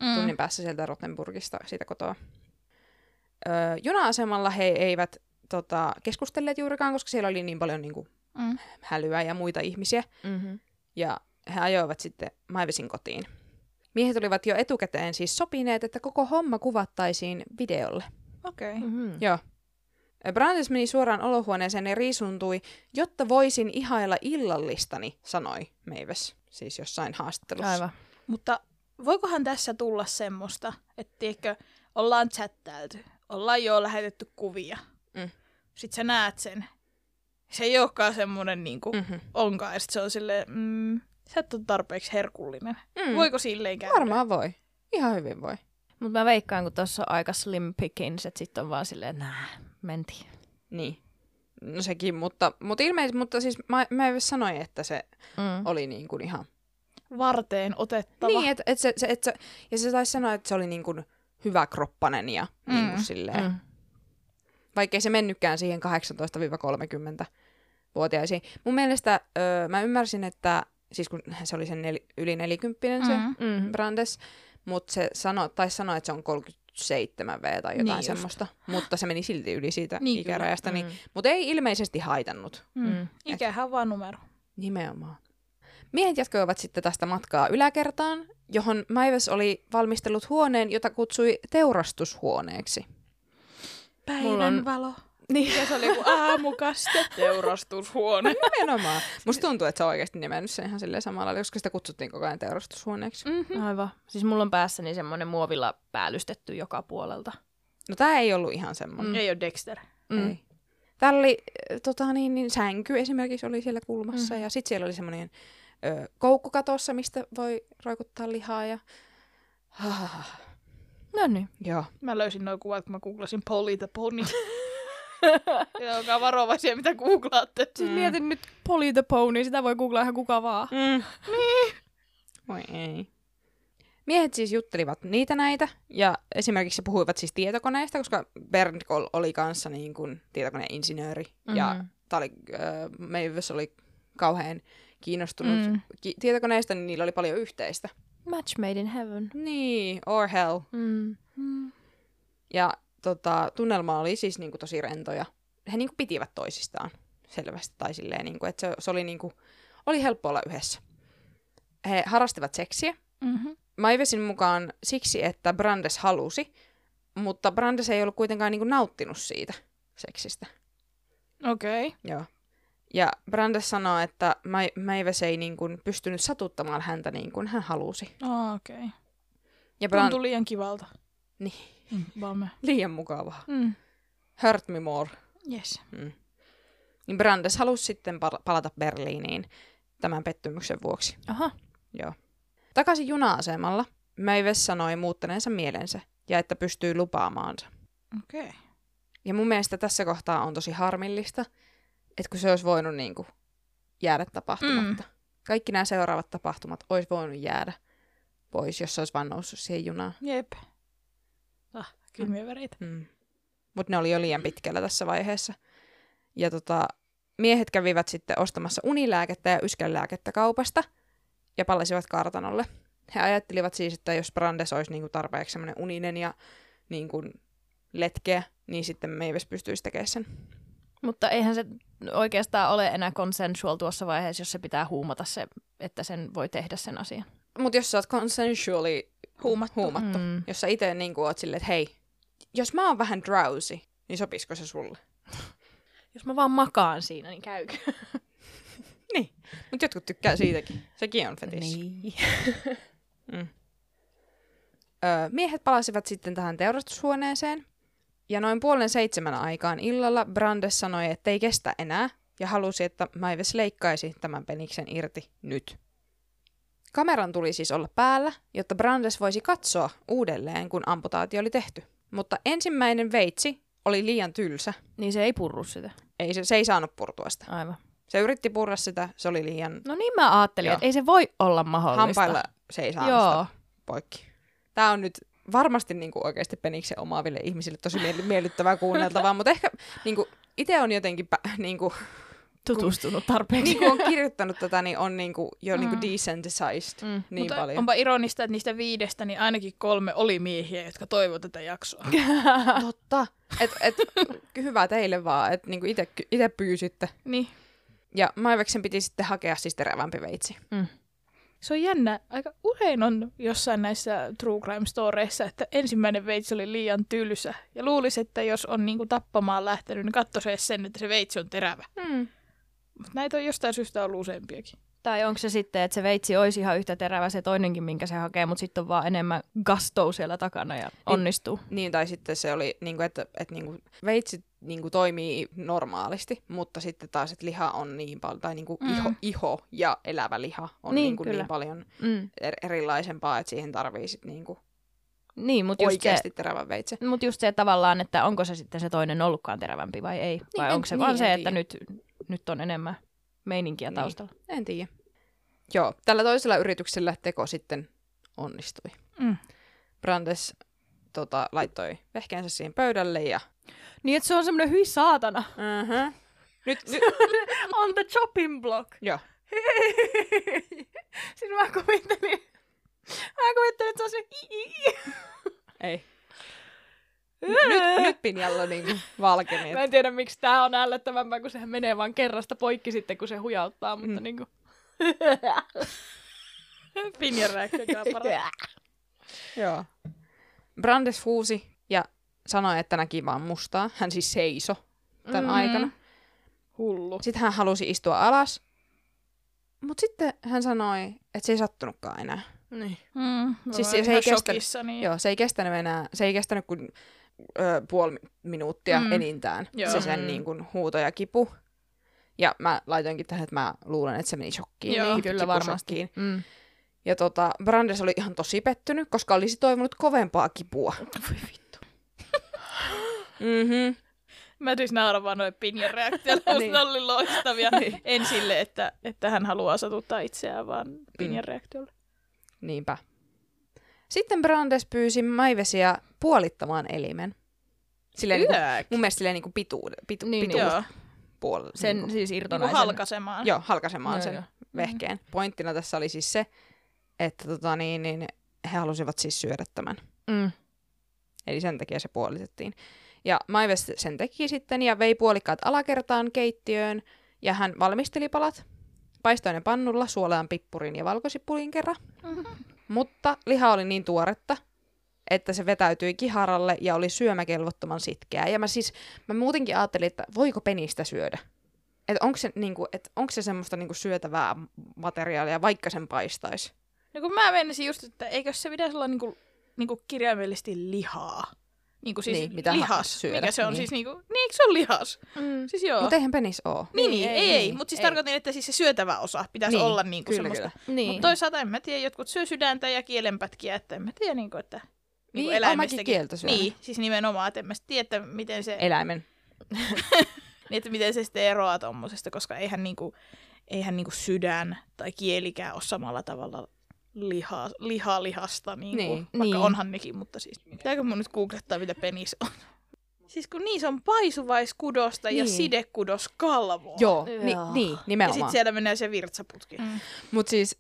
tunnin päässä sieltä Rothenburgista, siitä kotoa. Juna-asemalla he eivät keskustelleet juurikaan, koska siellä oli niin paljon niinku, hälyä ja muita ihmisiä. Mm-hmm. Ja he ajoivat sitten Maevesin kotiin. Miehet olivat jo etukäteen siis sopineet, että koko homma kuvattaisiin videolle. Okei. Mm-hmm. Joo. Brandes meni suoraan olohuoneeseen ja riisuntui, jotta voisin ihailla illallistani, sanoi Mavis, siis jossain haastattelussa. Aivan. Mutta voikohan tässä tulla semmoista, että tiedätkö, ollaan chattailtu, ollaan jo lähetetty kuvia. Sitten sä näet sen. Se ei olekaan semmoinen niinku onkaan, ja sit se on silleen, sä et ole tarpeeksi herkullinen. Voiko silleen käydä? Varmaan voi. Ihan hyvin voi. Mutta mä veikkaan, kun tuossa on aika slim pickings, että sitten on vaan silleen, että mentiin. Niin. No sekin, mutta ilmeisesti, mutta siis Mavis sanoi, että se oli niin kuin ihan... Varteen otettava. Niin, ja se taisi sanoa, että se oli niin kuin hyvä kroppanen ja niin kuin silleen... Vaikkei se mennytkään siihen 18-30-vuotiaisiin. Mun mielestä mä ymmärsin, että siis kun se oli sen yli 40 se Brandes, mutta se taisi sanoa, että se on 37V tai jotain niin semmoista, mutta se meni silti yli siitä niin ikärajasta, mutta ei ilmeisesti haitannut. Ikähän vaan numero. Nimenomaan. Miehet jatkoivat sitten tästä matkaa yläkertaan, johon Mavis oli valmistellut huoneen, jota kutsui teurastushuoneeksi. Päivänvalo. Niin. Ja se oli joku aamukaste. Teurastushuone. Nimenomaan. Musta tuntuu, että sä oikeasti nimennyt sen ihan silleen samalla, koska sitä kutsuttiin koko ajan teurastushuoneeksi. Aivan. Siis mulla on päässäni semmoinen muovilla päällystetty joka puolelta. No tää ei ollut ihan semmoinen. Ei ole Dexter. Ei. Täällä oli sänky esimerkiksi oli siellä kulmassa ja sitten siellä oli semmoinen koukku katossa, mistä voi roikuttaa lihaa ja... No niin. Joo. Mä löysin nuo kuvat, kun mä googlasin Polly the Pony. Ja olkaa varovaisia, mitä googlaatte. Siis mietin nyt Polly the Pony, sitä voi googlaa ihan kuka vaan. Niin. Voi ei. Miehet siis juttelivat niitä näitä, ja esimerkiksi puhuivat siis tietokoneista, koska Bernd oli kanssa niin kuin tietokoneinsinööri, ja Mavis oli kauhean kiinnostunut tietokoneista, niin niillä oli paljon yhteistä. Match made in heaven. Niin, or hell. Ja tunnelma oli siis niinku tosi rentoja. He niinku pitivät toisistaan selvästi, tai silleen, niinku, että se oli, niinku, oli helppo olla yhdessä. He harrastivat seksiä. Maivesin mukaan siksi, että Brandes halusi, mutta Brandes ei ollut kuitenkaan niinku nauttinut siitä seksistä. Okei. Okay. Joo. Ja Brandes sanoi, että Mavis ei niinku pystynyt satuttamaan häntä niin kuin hän halusi. Okei. Okay. Ja tuntui liian kivalta. Niin. Vaan liian mukavaa. Hurt me more. Yes. Niin Brandes halusi sitten palata Berliiniin tämän pettymyksen vuoksi. Aha. Joo. Takaisin juna-asemalla Mavis sanoi muuttaneensa mielensä ja että pystyy lupaamaansa. Okei. Okay. Ja mun mielestä tässä kohtaa on tosi harmillista, että kun se olisi voinut niinku jäädä tapahtumatta. Kaikki nämä seuraavat tapahtumat olisi voinut jäädä pois, jos se olisi vaan noussut siihen junaan. Jep. Kylmiä väreitä. Mutta ne oli jo liian pitkällä tässä vaiheessa. Ja miehet kävivät sitten ostamassa unilääkettä ja yskänlääkettä kaupasta ja palasivat kartanolle. He ajattelivat siis, että jos Brandes olisi niinku tarpeeksi semmoinen uninen ja niinku letkeä, niin sitten Mavis pystyisi tekemään sen. Mutta eihän se oikeastaan ole enää consensual tuossa vaiheessa, jos se pitää huumata se, että sen voi tehdä sen asian. Mutta jos sä oot consensually huumattu. Jos sä itse niinku oot silleen, että hei, jos mä oon vähän drowsy, niin sopisiko se sulle? Jos mä vaan makaan siinä, niin käykö? Niin, mutta jotkut tykkää siitäkin. Sekin on fetissi. Niin. Miehet palasivat sitten tähän teurastushuoneeseen. Ja noin 6:30 aikaan illalla Brandes sanoi, että ei kestä enää, ja halusi, että Mavis leikkaisi tämän peniksen irti nyt. Kameran tuli siis olla päällä, jotta Brandes voisi katsoa uudelleen, kun amputaatio oli tehty. Mutta ensimmäinen veitsi oli liian tylsä. Niin se ei purru sitä. Ei, se ei saanut purtua sitä. Aivan. Se yritti purra sitä, se oli liian... No niin mä ajattelin, että ei se voi olla mahdollista. Hampailla se ei saanut sitä poikki. Tää on nyt varmasti niinku oikeasti peniksen omaaville ihmisille tosi miellyttävää kuunneltavaa, mutta ehkä niinku, itse on jotenkin niinku, tutustunut tarpeeksi. Niin kun on kirjoittanut tätä, niin on niinku jo niinku desensitized niin Mutta paljon. onpa ironista, että niistä 5 niin ainakin 3 oli miehiä, jotka toivovat tätä jaksoa. Totta. Hyvä teille vaan, että niinku ite pyysitte. Niin. Ja Maiveksen piti sitten hakea siis terävämpi veitsi. Se on jännä. Aika usein on jossain näissä true crime storeissa, että ensimmäinen veitsi oli liian tylsä. Ja luulisi, että jos on niinku tappamaan lähtenyt, niin katsoisi sen, että se veitsi on terävä. Mutta näitä on jostain syystä ollut useampiakin. Tai onko se sitten, että se veitsi olisi ihan yhtä terävä se toinenkin, minkä se hakee, mutta sitten on vaan enemmän gustoa siellä takana ja onnistuu. Niin, tai sitten se oli, niinku, että niinku, veitsi niinku, toimii normaalisti, mutta sitten taas, että liha on niin paljon, tai niinku, iho ja elävä liha on Niin, niinku, niin paljon erilaisempaa, että siihen tarvii sit, niinku, oikeasti terävän veitsen. Mutta just se tavallaan, että onko se sitten se toinen ollutkaan terävämpi vai ei. Vai onko se vaan se, että nyt on enemmän meininkiä taustalla. En tiedä. Joo, tällä toisella yrityksellä teko sitten onnistui. Brandes laittoi vehkeensä siihen pöydälle ja... Niin, että se on semmoinen hyi saatana. Nyt. On the chopping block. Joo. Siis mä kuvittelin, että se on se Ei. Nyt Pinjalla niinku valkeni. Mä en tiedä, miksi tää on ällöttävämpää, kun sehän menee vaan kerrasta poikki sitten, kun se hujauttaa, mutta niinku... Pinjan reaktiokään paras. Joo. Brandes huusi ja sanoi, että näki vaan mustaa. Hän siis seiso tämän aikana. Hullu. Sitten hän halusi istua alas. Mutta sitten hän sanoi, että se ei sattunutkaan enää. Niin. Siis se ei kestänyt enää. Se ei kestänyt kuin puoli minuuttia enintään. Joo. Se sen niin kuin, huuto ja kipu. Ja mä laitoinkin tähän, että mä luulen, että se meni shokkiin. Joo, kyllä varmasti. Ja Brandes oli ihan tosi pettynyt, koska olisi toivonut kovempaa kipua. Voi vittu. Mä siis nauran vaan noin Pinjan reaktiot. Ne oli loistavia. En sille, että hän haluaa satuttaa itseään, vaan Pinjan reaktiolle. Niinpä. Sitten Brandes pyysi Maivesia puolittamaan elimen. Silleen, mun mielestä silleen niin pituus. Sen niin siis irtonaisen. Niin halkasemaan. Joo, halkasemaan sen vehkeen. Pointtina tässä oli siis se, että he halusivat siis syödä tämän. Eli sen takia se puolitettiin. Ja Maives sen teki sitten ja vei puolikkaat alakertaan keittiöön ja hän valmisteli palat. Paistoi ne pannulla suolaan pippurin ja valkosipulin kerran. Mutta liha oli niin tuoretta, että se vetäytyi kiharalle ja oli syömäkelvottoman sitkeää. Ja mä muutenkin ajattelin, että voiko penistä syödä? Että onko se semmoista niinku syötävää materiaalia, vaikka sen paistaisi? No kun mä menisin just, että eikö se pitäisi olla niinku kirjaimellisesti lihaa? Niinku siis mitä lihas, syödä. mikä se on siis niinku, eikö se on lihas? Siis joo. Mutta eihän penis oo. Ei. Mutta siis tarkoitin, että siis se syötävä osa pitäisi olla niinku kyllä, semmoista. Niin. Mutta toisaalta en mä tiedä, jotkut syö sydäntä ja kielenpätkiä, että en mä tiedä niinku, että niinku Niin, on mäkin kieltä syönyt. Niin, siis nimenomaan, että en mä tiedä, että miten se... Eläimen. niin, että miten se sitten eroaa tommosesta, koska eihän niinku sydän tai kielikään ole samalla tavalla lihasta, vaikka onhan nekin, mutta siis pitääkö mun nyt googlettaa, mitä penis on? Siis kun niissä on paisuvaiskudosta ja sidekudoskalvoa. Joo, nimenomaan. Ja sitten siellä menee se virtsaputki. Mut siis,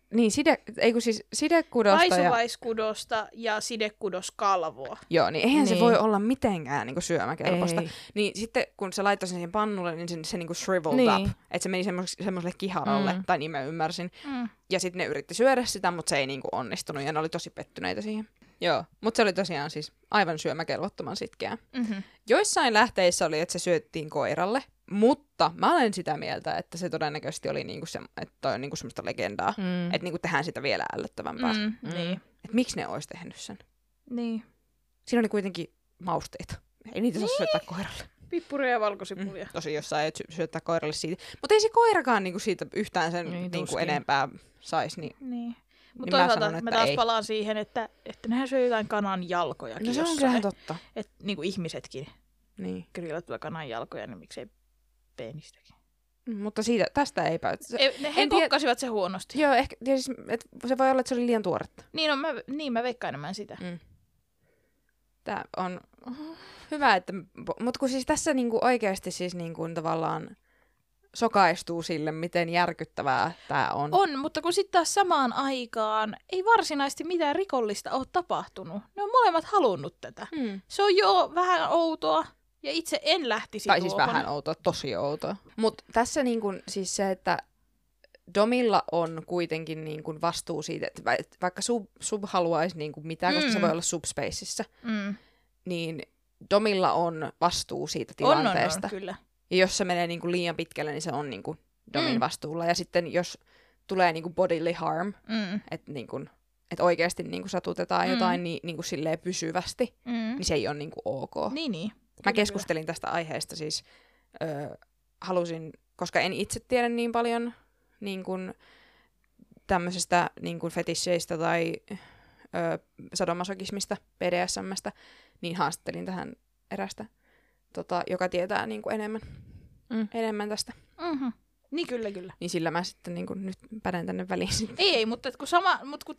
sidekudosta paisuvaiskudosta ja sidekudoskalvoa. Joo, niin eihän se voi olla mitenkään niinku syömäkelpoista. Niin sitten kun se laittoi sen siihen pannulle, niin se niinku shriveled up. Että se meni semmoiselle kiharalle, tai niin mä ymmärsin. Ja sitten ne yritti syödä sitä, mutta se ei niinku onnistunut ja ne oli tosi pettyneitä siihen. Joo, mutta se oli tosiaan siis aivan syömäkelvottoman sitkeää. Joissain lähteissä oli, että se syöttiin koiralle, mutta mä olen sitä mieltä, että se todennäköisesti oli niinku että toi on niinku semmoista legendaa, että niinku tehdään sitä vielä ällöttävämpää. Niin. Että miksi ne olisi tehnyt sen? Niin. Siinä oli kuitenkin mausteita. Ei niitä saa syöttää koiralle. Pippuria ja valkosipulia. Tosi jossain ei syöttää koiralle siitä. Mutta ei se koirakaan niinku siitä yhtään sen niinku enempää saisi. Niin. Mutta toisaalta mä taas palaan siihen, että nehän syö jotain kanan jalkojakin jossain. No se on kyllä totta. Että niinku ihmisetkin grillattua kanan jalkoja, niin miksei penistäkin. Mutta tästä ei päätä. He kokkasivat se huonosti. Joo, ehkä siis, se voi olla, että se oli liian tuoretta. Mä veikkaan enemmän sitä. Tää on hyvä, että... Mutta kun siis tässä niinku oikeasti siis niinku tavallaan sokaistuu sille, miten järkyttävää tämä on. On, mutta kun sitten taas samaan aikaan ei varsinaisesti mitään rikollista ole tapahtunut. Ne on molemmat halunnut tätä. Se on jo vähän outoa, ja itse en lähtisi Tai tuohon. siis vähän outoa, tosi outoa. Mutta tässä niinku, siis se, että Domilla on kuitenkin niinku vastuu siitä, että vaikka sub haluaisi niinku mitään, koska se voi olla subspaceissa, niin Domilla on vastuu siitä tilanteesta. On, kyllä. Ja jos se menee niinku liian pitkälle, niin se on niinku Domin vastuulla. Ja sitten jos tulee niinku bodily harm, että niinku, et oikeasti niinku satutetaan jotain niinku silleen pysyvästi, niin se ei ole niinku ok. Niin. Mä keskustelin tästä aiheesta siis, halusin, koska en itse tiedä niin paljon niin kuin tämmöisestä niin kuin fetisseistä tai sadomasokismista, BDSM:stä, niin haastattelin tähän erästä, joka tietää niin kuin enemmän tästä. Mm-hmm. Niin kyllä. Niin sillä mä sitten niin kuin nyt päden tänne väliin. Ei, mutta kun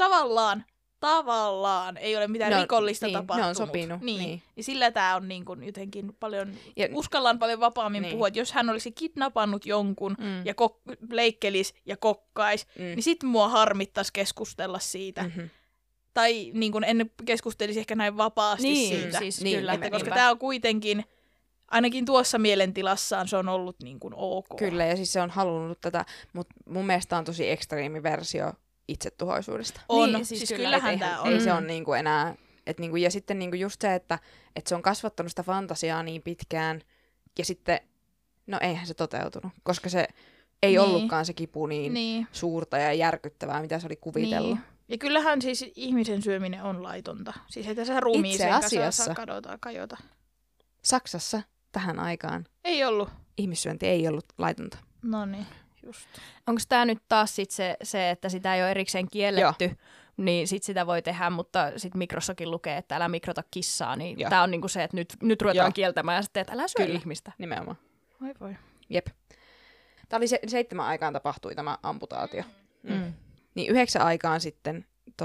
tavallaan ei ole mitään rikollista tapahtunut. Ne on sopinut. Niin sillä tämä on niin kuin jotenkin paljon, uskallaan paljon vapaammin puhua, että jos hän olisi kidnappannut jonkun ja leikkelisi ja kokkaisi, niin sit mua harmittaisi keskustella siitä. Mm-hmm. Tai niin kuin en keskustelisi ehkä näin vapaasti siitä. Siis kyllä, koska tämä on kuitenkin, ainakin tuossa mielentilassaan se on ollut niin kuin ok. Kyllä, ja siis se on halunnut tätä, mutta mun mielestä on tosi ekstriimi versio itsetuhoisuudesta. On, niin, siis kyllähän tämä on. Ei se ole niinku enää, niinku, ja sitten niinku just se, että se on kasvattanut sitä fantasiaa niin pitkään, ja sitten, no eihän se toteutunut, koska se ei ollutkaan se kipu niin suurta ja järkyttävää, mitä se oli kuvitellut. Niin. Ja kyllähän siis ihmisen syöminen on laitonta. Siis ei tässä ruumiiseen kanssa saa kajota. Saksassa tähän aikaan ei ollut. Ihmissyönti ei ollut laitonta. No niin, just. Onko tämä nyt taas sit se, että sitä ei ole erikseen kielletty, Joo. niin sit sitä voi tehdä, mutta sitten Mikrossakin lukee, että älä mikrota kissaa, niin tämä on niinku se, että nyt ruvetaan kieltämään ja sitten, että älä syö ihmistä. Nimenomaan. Voi. Jep. Tämä oli 7 aikaan tapahtui tämä amputaatio. Niin 9 aikaan sitten,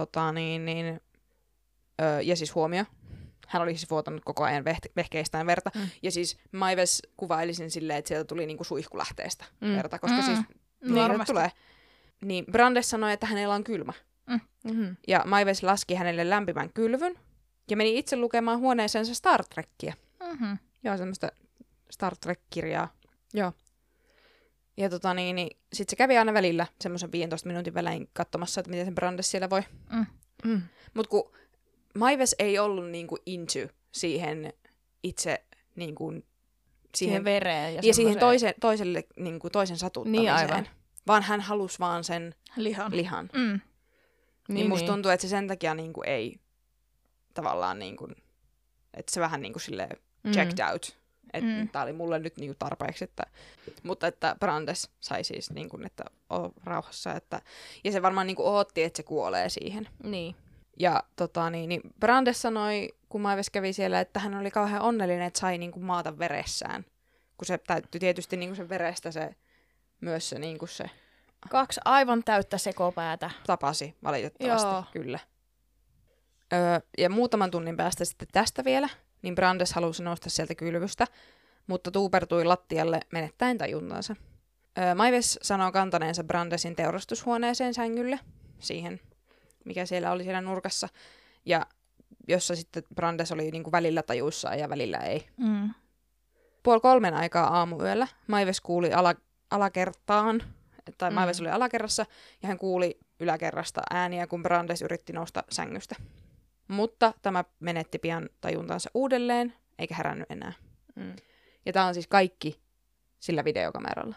ja siis huomio, hän oli siis vuotanut koko ajan vehkeistään verta. Ja siis Maives kuvaili sen silleen, että sieltä tuli niinku suihkulähteestä verta, koska siis tulee. Niin Brandes sanoi, että hänellä on kylmä. Ja Maives laski hänelle lämpimän kylvyn ja meni itse lukemaan huoneeseensa Star Trekkiä. Joo, semmoista Star Trek-kirjaa. Joo. Ja sit se kävi aina välillä semmoisen 15 minuutin välein katsomassa, että miten se Brandes siellä voi. Mut kun Maives ei ollut niinku into siihen itse niinku siihen vereen ja siihen toiselle niinku toisen satuttamiseen. Niin aivan. Vaan hän halusi vaan sen lihan. Niin musta tuntuu, että se sen takia niinku ei tavallaan niinku, että se vähän niinku silleen checked out. Että tää oli mulle nyt niinku tarpeeksi, mutta että Brandes sai siis niinku, että oo rauhassa. Ja se varmaan niinku ootti, että se kuolee siihen. Niin. Ja niin Brandes sanoi, kun Maives kävi siellä, että hän oli kauhean onnellinen, että sai niinku maata veressään. Kun se täyttyi tietysti niinku sen verestä myös se, niinku se 2 aivan täyttä sekopäätä. Tapasi valitettavasti, Joo. kyllä. Ja muutaman tunnin päästä sitten tästä vielä, niin Brandes halusi nousta sieltä kylvystä, mutta tuupertui lattialle menettäen tajuntansa. Maives sanoo kantaneensa Brandesin teurastushuoneeseen sängylle, siihen mikä siellä oli siellä nurkassa, ja jossa sitten Brandes oli niinku välillä tajuissaan ja välillä ei. 2:30 aikaa aamuyöllä Maives kuuli alakertaan, tai Maives oli alakerrassa, ja hän kuuli yläkerrasta ääniä, kun Brandes yritti nousta sängystä. Mutta tämä menetti pian tajuntansa uudelleen, eikä herännyt enää. Ja tämä on siis kaikki sillä videokameralla.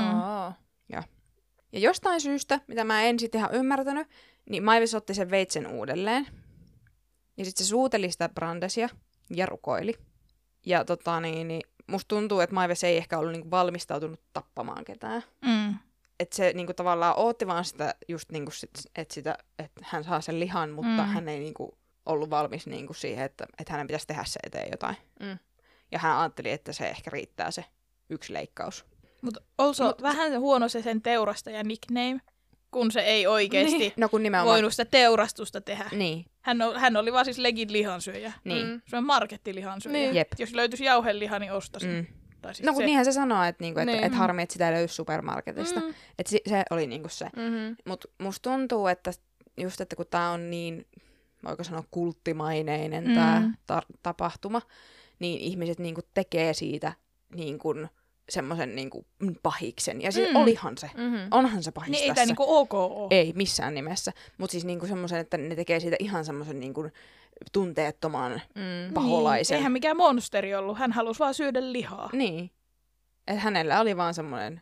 Ja jostain syystä, mitä mä en sitten ihan ymmärtänyt, niin Maives otti sen veitsen uudelleen. Ja sitten se suuteli sitä Brandesia ja rukoili. Ja musta tuntuu, että Maives ei ehkä ollut niinku valmistautunut tappamaan ketään. Että se niinku tavallaan ootti vaan sitä, just niinku että hän saa sen lihan, mutta hän ei niinku ollut valmis niinku siihen, että hänen pitäisi tehdä se eteen jotain. Ja hän ajatteli, että se ehkä riittää se 1 leikkaus. Mutta vähän huono se sen teurastaja nickname, kun se ei oikeasti voinut sitä teurastusta tehdä. Niin. Hän oli vaan siis legit lihansyöjä. Niin. Se on markettilihansyöjä. Niin. Jos löytyisi jauheliha, niin ostaisin. Tai siis No kun niinhän se sanoo, että niinku, Niin. et harmi, että sitä ei löydy supermarketista. Että se oli niinku se. Mut musta tuntuu, että just, että kun tää on niin, voiko sanoa kulttimaineinen tää tapahtuma, niin ihmiset niinku tekee siitä niinku semmoisen niinku pahiksen. Ja siis olihan se. Onhan se pahis niin ei tässä. tää niinku ok oo. Ei missään nimessä. Mutta siis niinku semmoisen, että ne tekee siitä ihan semmoisen niinku tunteettoman paholaisen. Niin, eihän mikään monsteri ollut. Hän halusi vaan syödä lihaa. Niin. Että hänellä oli vaan semmoinen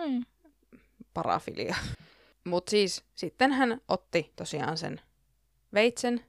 parafilia. Mutta siis sitten hän otti tosiaan sen veitsen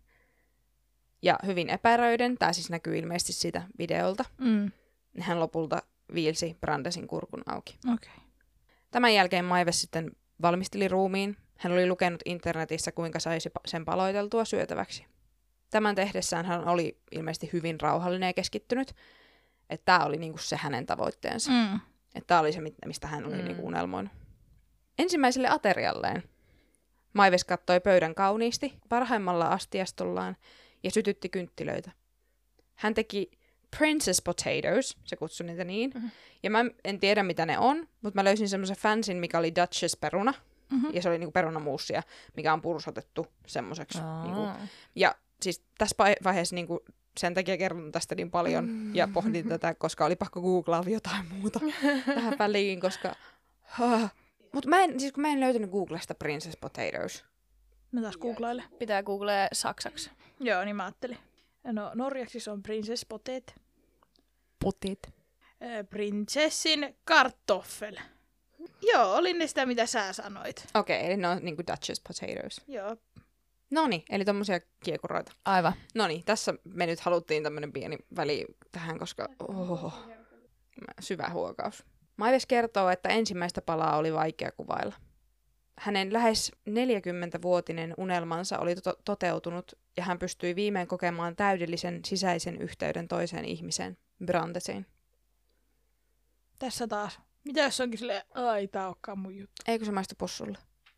ja hyvin epäröiden, tämä siis näkyy ilmeisesti siitä videolta, hän lopulta viilsi Brandesin kurkun auki. Okay. Tämän jälkeen Maives sitten valmisteli ruumiin. Hän oli lukenut internetissä, kuinka saisi sen paloiteltua syötäväksi. Tämän tehdessään hän oli ilmeisesti hyvin rauhallinen ja keskittynyt, että tämä oli niinku se hänen tavoitteensa. Että tämä oli se, mistä hän oli niinku unelmoinut. Ensimmäiselle aterialleen Maives kattoi pöydän kauniisti parhaimmalla astiastollaan ja sytytti kynttilöitä. Hän teki princess potatoes, se kutsui niitä niin. Ja mä en tiedä mitä ne on, mutta mä löysin semmoisen fansin, mikä oli Duchess peruna. Ja se oli niinku perunamuusia, mikä on pursotettu semmoiseksi. Niinku. Ja siis tässä vaiheessa niinku, sen takia kerron tästä niin paljon ja pohdin tätä, koska oli pakko googlaa jotain muuta tähän väliin, koska... Mutta kun mä en löytänyt Googlesta princess potatoes. Mä taas googlaile. Pitää googlea saksaksi. Joo, niin mä ajattelin. No, norjaksi se on princess potet. Potit. Prinsessin kartoffel. Joo, oli ne sitä, mitä sä sanoit. Okei, eli ne on niinku Duchess potatoes. Joo. Noniin, eli tommosia kiekuroita. Aivan. Noniin, tässä me nyt haluttiin tämmönen pieni väli tähän, koska syvä huokaus. Maives kertoo, että ensimmäistä palaa oli vaikea kuvailla. Hänen lähes 40-vuotinen unelmansa oli toteutunut ja hän pystyi viimein kokemaan täydellisen sisäisen yhteyden toiseen ihmiseen, Brandesiin. Tässä taas. Mitä jos onkin silleen, ai tää onkaan mun juttu. Eikö se maistu possulle?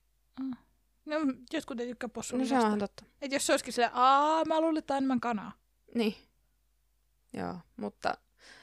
No, jotkut ei tykkää possulle. No se on ihan totta. Et jos se olisikin silleen, mä luulin, että on enemmän kanaa. Niin. Joo, mutta...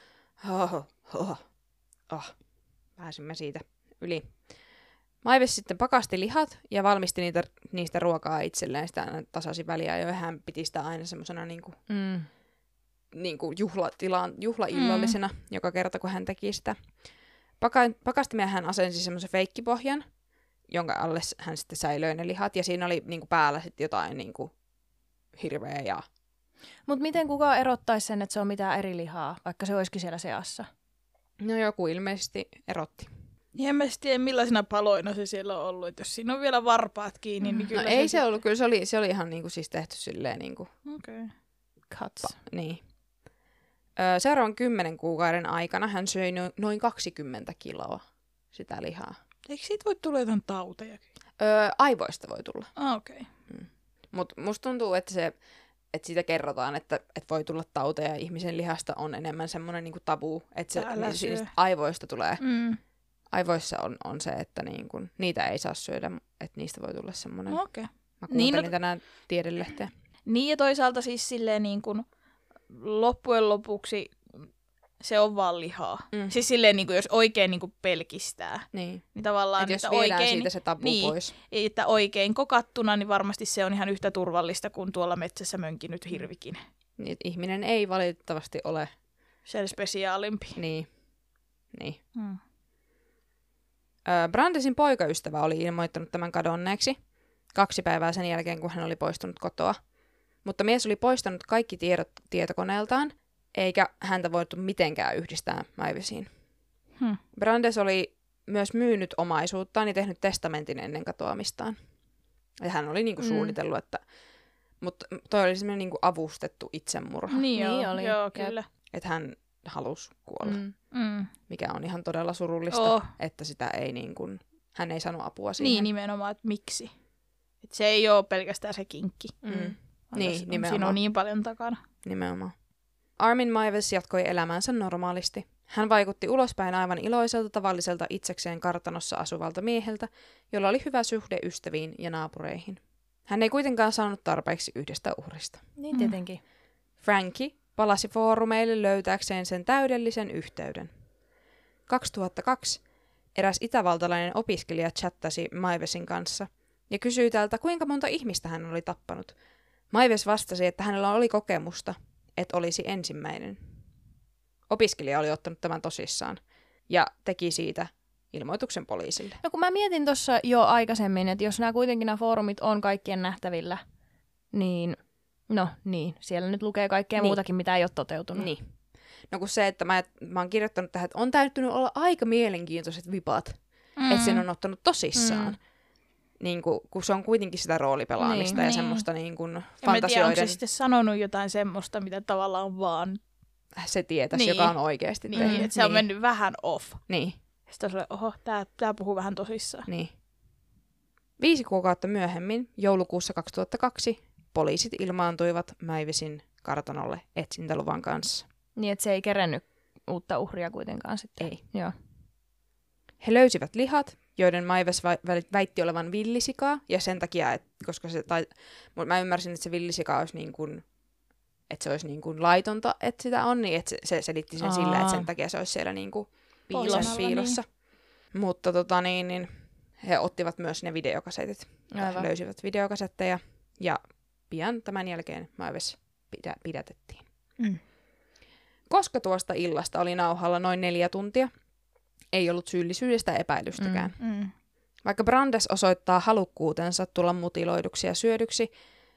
Pääsimme siitä yli. Maives sitten pakasti lihat ja valmisti niistä ruokaa itselleen. Sitä aina tasasi väliä ja hän piti sitä aina semmoisena niinku juhlaillallisena joka kerta, kun hän teki sitä. Pakastimeen hän asensi semmoisen feikkipohjan, jonka alle hän sitten säilöi ne lihat. Ja siinä oli niinku päällä sitten jotain niinku hirveä ja... Mutta miten kukaan erottaisi sen, että se on mitään eri lihaa, vaikka se olisikin siellä seassa? No joku ilmeisesti erotti. Niin en mä tiedä, millaisina paloina se siellä on ollut. Et jos siinä on vielä varpaat kiinni, niin kyllä no ei se ollut, kyllä se oli ihan niinku siis tehty silleen niinku... Okei. Cuts. Niin. Seuraavan 10 kuukauden aikana hän söi noin 20 kiloa sitä lihaa. Eikö siitä voi tulla jotain tautejakin? Aivoista voi tulla. Okei. Mutta musta tuntuu, että siitä kerrotaan, että voi tulla tauteja ja ihmisen lihasta on enemmän semmoinen niinku tabu, että se niistä aivoista tulee. Aivoissa on se, että niinku, niitä ei saa syödä, että niistä voi tulla semmoinen. Okei. Mä kuuntelin tänään tiedelehteä. Niin ja toisaalta siis silleen niin kuin loppujen lopuksi se on vaan lihaa. Siis silleen niin kuin jos oikein niin kuin pelkistää. Niin tavallaan, että jos viedään oikein, siitä se tabu pois. Että oikein kokattuna, niin varmasti se on ihan yhtä turvallista kuin tuolla metsässä mönkinyt hirvikin. Niin, ihminen ei valitettavasti ole... Se spesiaalimpi. Niin. Brandesin poikaystävä oli ilmoittanut tämän kadonneeksi 2 päivää sen jälkeen, kun hän oli poistunut kotoa. Mutta mies oli poistanut kaikki tiedot tietokoneeltaan, eikä häntä voitu mitenkään yhdistää Maivesiin. Brandes oli myös myynyt omaisuuttaan ja tehnyt testamentin ennen katoamistaan. Ja hän oli niinku suunnitellut, että... Mutta toi oli semmoinen niinku avustettu itsemurha. Niin oli. Joo, kyllä. Että hän halusi kuolla. Mikä on ihan todella surullista, että sitä ei niinku... Hän ei saanut apua siihen. Niin, nimenomaan, että miksi. Et se ei ole pelkästään se kinkki. Niin, nimenomaan. Siinä on niin paljon takana. Nimenomaan. Armin Maives jatkoi elämänsä normaalisti. Hän vaikutti ulospäin aivan iloiselta tavalliselta itsekseen kartanossa asuvalta mieheltä, jolla oli hyvä suhde ystäviin ja naapureihin. Hän ei kuitenkaan saanut tarpeeksi yhdestä uhrista. Niin tietenkin. Frankie palasi foorumeille löytääkseen sen täydellisen yhteyden. 2002 eräs itävaltalainen opiskelija chattasi Maivesin kanssa ja kysyi tältä, kuinka monta ihmistä hän oli tappanut. Maives vastasi, että hänellä oli kokemusta, että olisi ensimmäinen. Opiskelija oli ottanut tämän tosissaan ja teki siitä ilmoituksen poliisille. No kun mä mietin tuossa jo aikaisemmin, että jos nämä foorumit on kaikkien nähtävillä, niin siellä nyt lukee kaikkea muutakin, mitä ei ole toteutunut. Niin. No kun se, että mä oon kirjoittanut tähän, että on täytynyt olla aika mielenkiintoiset vipat, että sen on ottanut tosissaan. Niin kun se on kuitenkin sitä roolipelaamista ja semmoista niin kuin fantasioiden... En tiedä, onko se sitten sanonut jotain semmoista, mitä tavallaan vaan... Se tietäisi, joka on oikeasti tehnyt. Niin, että se on mennyt vähän off. Niin. Sitten on oho, tää puhuu vähän tosissaan. Niin. 5 kuukautta myöhemmin, joulukuussa 2002, poliisit ilmaantuivat Maivesin kartanolle etsintäluvan kanssa. Niin, että se ei kerännyt uutta uhria kuitenkaan sitten. Ei. Joo. He löysivät lihat, joiden Maives väitti olevan villisikaa, ja sen takia, koska mä ymmärsin, että se villisika olisi niin kuin, että se olisi niin kuin laitonta, että sitä on, niin että se selitti sen sillä, että sen takia se olisi siellä niin kuin piilossa. Niin. Mutta he ottivat myös ne videokasetit. Löysivät videokasetteja, ja pian tämän jälkeen Maives pidätettiin. Koska tuosta illasta oli nauhalla noin 4 tuntia, ei ollut syyllisyydestä epäilystäkään. Vaikka Brandes osoittaa halukkuutensa tulla mutiloiduksi ja syödyksi,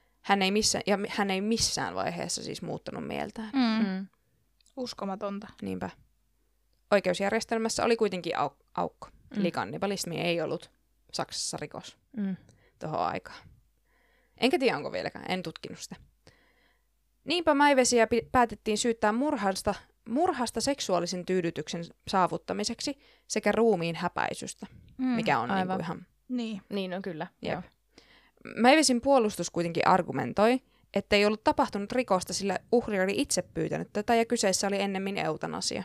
hän ei missään vaiheessa siis muuttanut mieltään. Uskomatonta. Niinpä. Oikeusjärjestelmässä oli kuitenkin aukko. Eli kannibalismi ei ollut Saksassa rikos tuohon aikaan. Enkä tiedä, onko vieläkään. En tutkinut sitä. Niinpä Maivesiä päätettiin syyttää murhasta seksuaalisen tyydytyksen saavuttamiseksi sekä ruumiin häpäisystä, mikä on niin kuin ihan... Niin on kyllä. Jep. Maivesin puolustus kuitenkin argumentoi, ettei ollut tapahtunut rikosta, sillä uhri oli itse pyytänyt tätä ja kyseessä oli ennemmin eutanasia.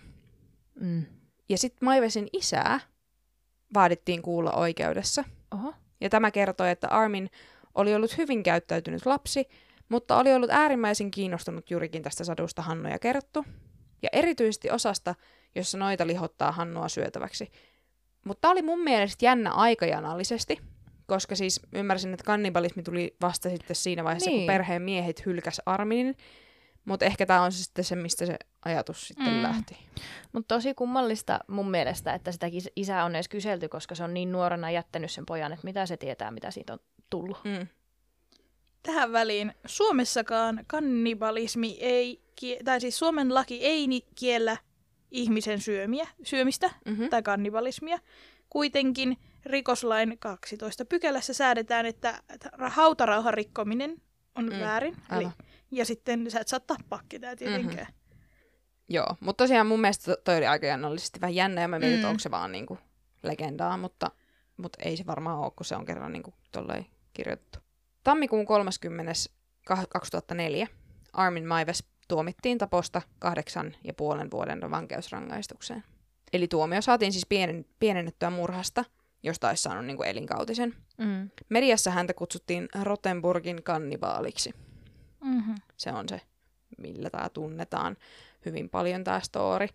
Ja sitten Maivesin isää vaadittiin kuulla oikeudessa. Oho. Ja tämä kertoi, että Armin oli ollut hyvin käyttäytynyt lapsi, mutta oli ollut äärimmäisen kiinnostunut juurikin tästä sadusta Hannoja kerrottu. Ja erityisesti osasta, jossa noita lihottaa Hannua syötäväksi. Mutta tämä oli mun mielestä jännä aikajanallisesti, koska siis ymmärsin, että kannibalismi tuli vasta sitten siinä vaiheessa, kun perheen miehet hylkäs Arminin. Mutta ehkä tämä on sitten se, mistä se ajatus sitten lähti. Mutta tosi kummallista mun mielestä, että sitäkin isää on edes kyselty, koska se on niin nuorena jättänyt sen pojan, että mitä se tietää, mitä siitä on tullut. Tähän väliin Suomessakaan kannibalismi ei, tai siis Suomen laki ei kiellä ihmisen syömistä tai kannibalismia. Kuitenkin rikoslain 12 pykälässä säädetään, että hautarauhan rikkominen on väärin. Ja sitten sä et saa tappaa ketään tietenkään. Joo, mutta tosiaan mun mielestä toi oli aika jännällisesti vähän jännä, ja mä mietin, että onko se vaan niinku legendaa, mutta ei se varmaan ole, kun se on kerran niinku tolleen kirjoitettu. Tammikuun 30. 2004 Armin Maives tuomittiin taposta 8,5 vuoden vankeusrangaistukseen. Eli tuomio saatiin siis pienennettyä murhasta, josta olisi saanut niinku elinkautisen. Mediassa häntä kutsuttiin Rothenburgin kannibaaliksi. Se on se, millä tämä tunnetaan hyvin paljon tämä story.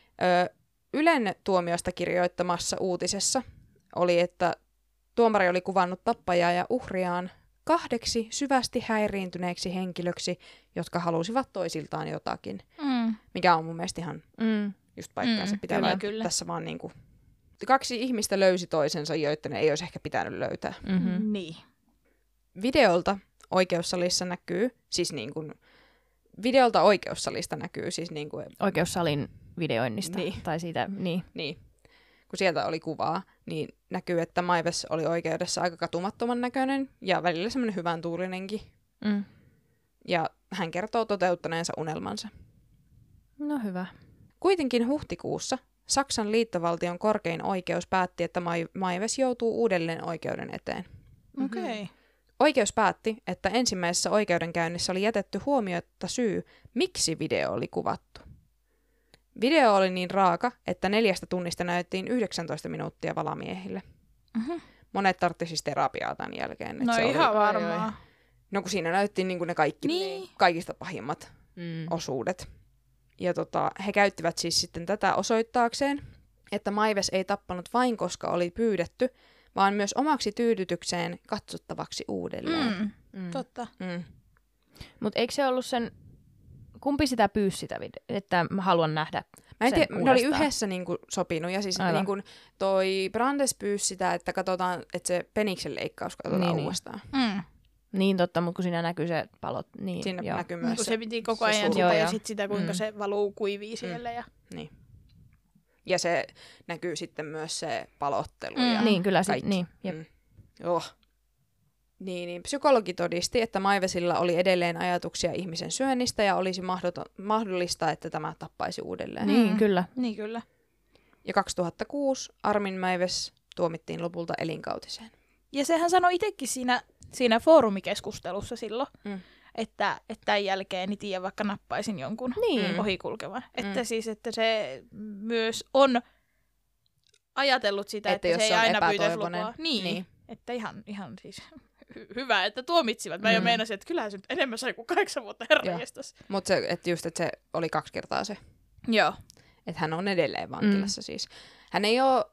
Ylen tuomiosta kirjoittamassa uutisessa oli, että tuomari oli kuvannut tappajaa ja uhriaan 2 syvästi häiriintyneeksi henkilöksi, jotka halusivat toisiltaan jotakin. Mikä on mun mielestä ihan just paikkaansa pitävää. Tässä vaan niinku 2 ihmistä löysi toisensa, joiden ei olisi ehkä pitänyt löytää. Niin. Videolta oikeussalissa näkyy, siis videolta oikeussalista näkyy siis Oikeussalin videoinnista, niin. Tai siitä, niin. Kun sieltä oli kuvaa, niin näkyy, että Maives oli oikeudessa aika katumattoman näköinen ja välillä semmoinen hyvän tuulinenkin. Ja hän kertoo toteuttaneensa unelmansa. No hyvä. Kuitenkin huhtikuussa Saksan liittovaltion korkein oikeus päätti, että Maives joutuu uudelleen oikeuden eteen. Okei. Oikeus päätti, että ensimmäisessä oikeudenkäynnissä oli jätetty huomiotta syy, miksi video oli kuvattu. Video oli niin raaka, että 4 tunnista näyttiin 19 minuuttia valamiehille. Monet tartti siis terapiaa tämän jälkeen. No se ihan oli... varmaan. No kun siinä näyttiin niin kuin ne kaikista pahimmat osuudet. Ja he käyttivät siis sitten tätä osoittaakseen, että Maives ei tappanut vain koska oli pyydetty, vaan myös omaksi tyydytykseen katsottavaksi uudelleen. Totta. Mutta eikö se ollut sen, kumpi sitä pyysi sitä, että mä haluan nähdä Mä en sen tiedä, ne oli uudestaan? yhdessä niinku sopinut, ja siis Aivan. niinku toi Brandes pyysi sitä, että katsotaan, että se peniksen leikkaus katsotaan Niin. uudestaan. Niin totta, mutta kun siinä näkyy se palot. Niin, Siinä joo. näkyy Kun myös se piti koko se ajan sulku. sitä Joo, ja joo. sitten sitä, kuinka se valuu kuivii siellä. Ja... Niin. Ja se näkyy sitten myös se palottelu. Ja Niin, kyllä. kaikki. Niin, jep. Joo. Niin, psykologi todisti, että Maivesilla oli edelleen ajatuksia ihmisen syönnistä ja olisi mahdollista, että tämä tappaisi uudelleen. Niin, kyllä. Niin kyllä. Ja 2006 Armin Maives tuomittiin lopulta elinkautiseen. Ja sehän sanoi itsekin siinä foorumikeskustelussa silloin, että tämän jälkeen niin tiedä, vaikka nappaisin jonkun ohikulkevan. Että siis, että se myös on ajatellut sitä, että jos se ei on aina pyytäisi epätoivoinen. lupaa. Niin. Niin. Että ihan siis hyvä, että tuomitsivat. Mä jo meinasin, että kyllähän se nyt enemmän sai kuin 8 vuotta herranjestas. Mutta että se oli 2 kertaa se. Joo. Että hän on edelleen vankilassa siis. Hän ei ole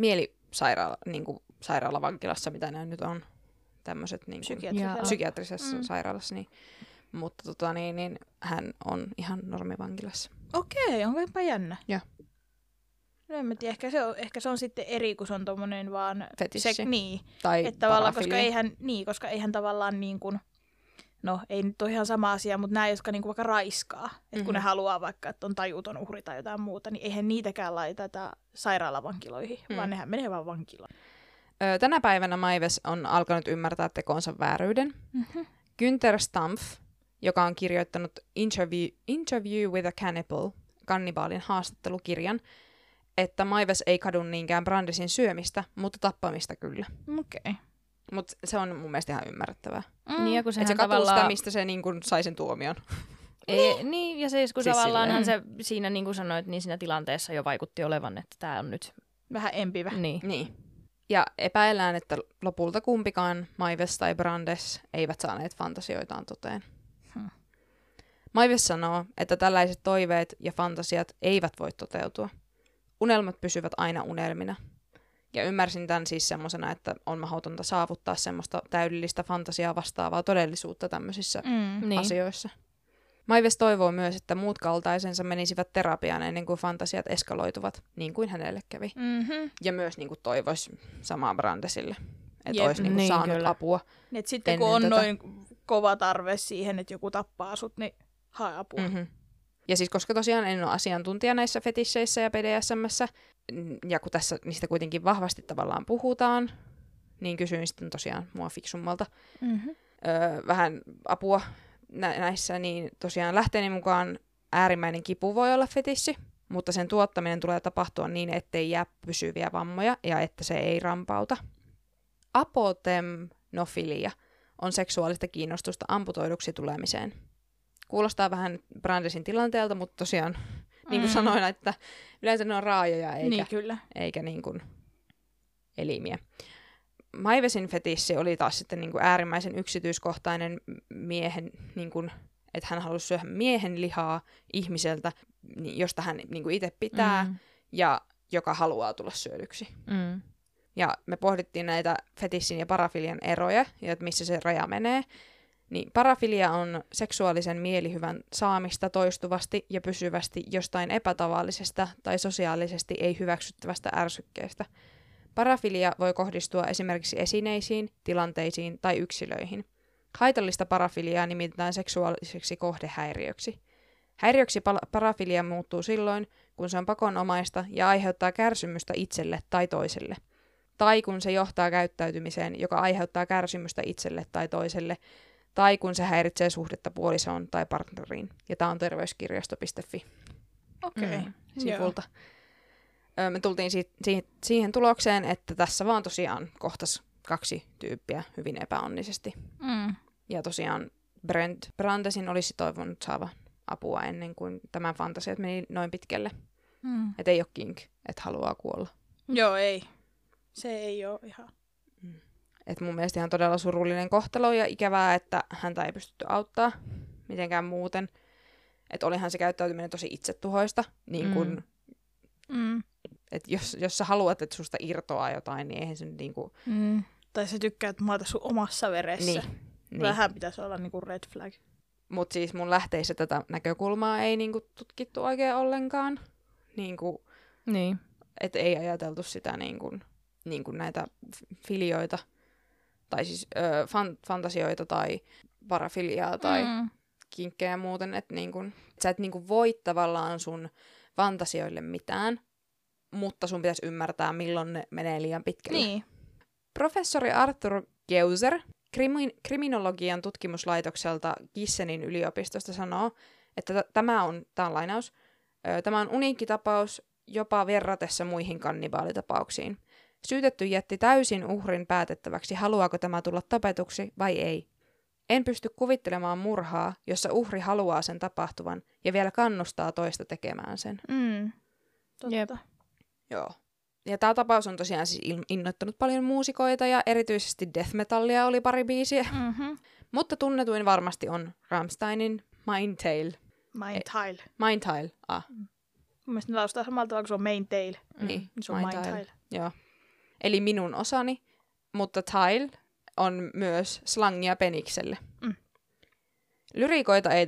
sairaalavankilassa, mitä nämä nyt on. Tämmöiset niin psykiatrisessa sairaalassa. Niin. Mutta hän on ihan normivankilassa. Okei, onkopa jännä? Joo. No en mä tiedä, ehkä se on sitten eri, kun se on tommonen vaan... Fetissi. Niin. Tai että tavallaan, parafilia. koska eihän tavallaan niin kuin... No, ei nyt ole ihan sama asia, mutta nämä, jotka niinku vaikka raiskaa, että kun ne haluaa vaikka, että on tajuton uhri tai jotain muuta, niin eihän niitäkään laiteta sairaalavankiloihin, vaan nehän menee vaan vankilaan. Tänä päivänä Maives on alkanut ymmärtää tekonsa vääryyden. Günther Stampf, joka on kirjoittanut Interview with a Cannibal, kannibaalin haastattelukirjan, että Maives ei kadu niinkään Brandesin syömistä, mutta tappamista kyllä. Okei. Mutta se on mun mielestä ihan ymmärrettävää. Niin, ja kun Että sehän se katuu tavallaan... sitä, mistä se niin kun sai sen tuomion. Niin, ja se kun Siis tavallaanhan se siinä, niin kuin sanoit, niin siinä tilanteessa jo vaikutti olevan, että tämä on nyt... Vähän empivä. Niin. Ja epäillään, että lopulta kumpikaan Maives tai Brandes eivät saaneet fantasioitaan toteen. Maives sanoo, että tällaiset toiveet ja fantasiat eivät voi toteutua. Unelmat pysyvät aina unelmina. Ja ymmärsin tämän siis semmosena, että on mahdotonta saavuttaa semmoista täydellistä fantasiaa vastaavaa todellisuutta tämmöisissä asioissa. Maives toivoo myös, että muut kaltaisensa menisivät terapiaan ennen kuin fantasiat eskaloituvat, niin kuin hänelle kävi. Ja myös niin kuin toivoisi samaa Brandesille, että olisi niin kuin saanut apua. Et sitten kun on noin kova tarve siihen, että joku tappaa sut, niin hae apua. Ja siis koska tosiaan en ole asiantuntija näissä fetisseissä ja BDSM:ssä, ja kun tässä niistä kuitenkin vahvasti tavallaan puhutaan, niin kysyin sitten tosiaan mua fiksummalta vähän apua näissä, niin tosiaan lähteeni mukaan äärimmäinen kipu voi olla fetissi, mutta sen tuottaminen tulee tapahtua niin, ettei jää pysyviä vammoja ja että se ei rampauta. Apotemnofilia on seksuaalista kiinnostusta amputoiduksi tulemiseen. Kuulostaa vähän Brandesin tilanteelta, mutta tosiaan, niin kuin sanoin, että yleensä ne on raajoja eikä niin kuin elimiä. Maivesin fetissi oli taas sitten niin kuin äärimmäisen yksityiskohtainen miehen, niin kuin, että hän halusi syödä miehen lihaa ihmiseltä, josta hän niin kuin itse pitää ja joka haluaa tulla syödyksi. Ja me pohdittiin näitä fetissin ja parafilian eroja ja että missä se raja menee. Niin parafilia on seksuaalisen mielihyvän saamista toistuvasti ja pysyvästi jostain epätavallisesta tai sosiaalisesti ei hyväksyttävästä ärsykkeestä. Parafilia voi kohdistua esimerkiksi esineisiin, tilanteisiin tai yksilöihin. Haitallista parafiliaa nimitetään seksuaaliseksi kohdehäiriöksi. Häiriöksi parafilia muuttuu silloin, kun se on pakonomaista ja aiheuttaa kärsimystä itselle tai toiselle. Tai kun se johtaa käyttäytymiseen, joka aiheuttaa kärsimystä itselle tai toiselle, tai kun se häiritsee suhdetta puolisoon tai partneriin. Ja tämä on terveyskirjasto.fi sivulta. Me tultiin siihen tulokseen, että tässä vaan tosiaan kohtas 2 tyyppiä hyvin epäonnisesti. Ja tosiaan Brandesin olisi toivonut saava apua ennen kuin tämän fantasiat meni noin pitkälle. Että ei ole kink, että haluaa kuolla. Joo, ei. Se ei ole ihan... Et mun mielestä ihan todella surullinen kohtalo ja ikävää, että häntä ei pystytty auttaa mitenkään muuten. Että olihan se käyttäytyminen tosi itsetuhoista, niin kuin että jos sä haluat, että susta irtoaa jotain, niin eihän se nyt niinku... Tai sä tykkäät maata sun omassa veressä. Niin. Vähän pitäisi olla niinku red flag. Mutta siis mun lähteissä tätä näkökulmaa ei niinku tutkittu oikein ollenkaan. Niinku, Niin. että ei ajateltu sitä niinku näitä filioita, tai siis fantasioita tai parafiliaa tai kinkkejä ja muuten. Että niinku, sä et niinku voi tavallaan sun fantasioille mitään, mutta sun pitäisi ymmärtää, milloin ne menee liian pitkälle. Niin. Professori Arthur Geuser kriminologian tutkimuslaitokselta Gissenin yliopistosta sanoo, että tämä on lainaus, tämä on uniikki tapaus jopa verratessa muihin kannibaalitapauksiin. Syytetty jätti täysin uhrin päätettäväksi, haluaako tämä tulla tapetuksi vai ei. En pysty kuvittelemaan murhaa, jossa uhri haluaa sen tapahtuvan ja vielä kannustaa toista tekemään sen. Totta. Jep. Joo. Ja tämä tapaus on tosiaan siis innoittanut paljon muusikoita ja erityisesti death metallia oli pari biisiä. Mutta tunnetuin varmasti on Rammsteinin Mindtail. Mindtail. Mun mielestä ne laustaa samalla tavalla, kun se on Maintail. Niin, Se on Mindtail. Joo. Eli minun osani, mutta tail on myös slangia penikselle. Lyriikoista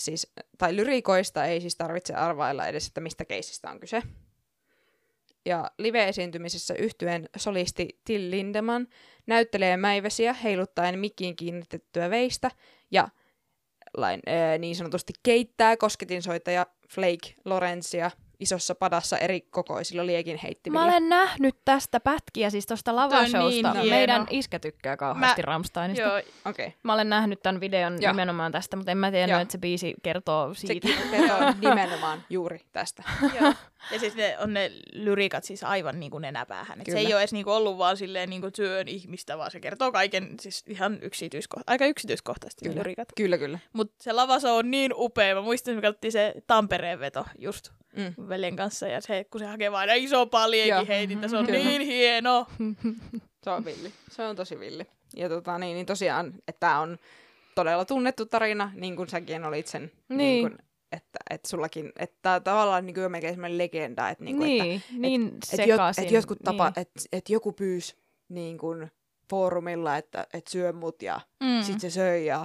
ei siis tarvitse arvailla edes, että mistä keisistä on kyse. Ja live-esiintymisessä yhtyeen solisti Till Lindemann näyttelee mäivesiä heiluttaen mikkiin kiinnitettyä veistä ja niin sanotusti keittää kosketinsoittaja Flake Lorenzia isossa padassa eri kokoisilla liekin heittimillä. Mä olen nähnyt tästä pätkiä, siis tosta lavashowsta. Niin Meidän iskä tykkää kauheasti Rammsteinista. Joo, Okay. Mä olen nähnyt tämän videon nimenomaan tästä, mutta en mä tiennyt, että se biisi kertoo siitä. Se kertoo nimenomaan juuri tästä. joo. Ja siis ne lyriikat siis aivan niin kuin nenäpäähän. Se ei ole edes niin kuin ollut vaan silleen niin kuin työn ihmistä, vaan se kertoo kaiken siis ihan aika yksityiskohtaisesti lyriikat. Kyllä. Mutta se lavasa on niin upea. Mä muistan, että me katsottiin se Tampereen veto just veljen kanssa. Ja se, kun se hakee vaan iso paljeekin heitintä, se on niin hieno. Se on villi. Se on tosi villi. Ja niin tosiaan, että tämä on todella tunnettu tarina, niin kuin säkin olit sen. Niin kuin, että sullakin, että tavallaan niin kuin jo melkein semmoinen legenda, että että jotkut että joku pyysi niin kuin foorumilla, että syö mut ja sit se söi ja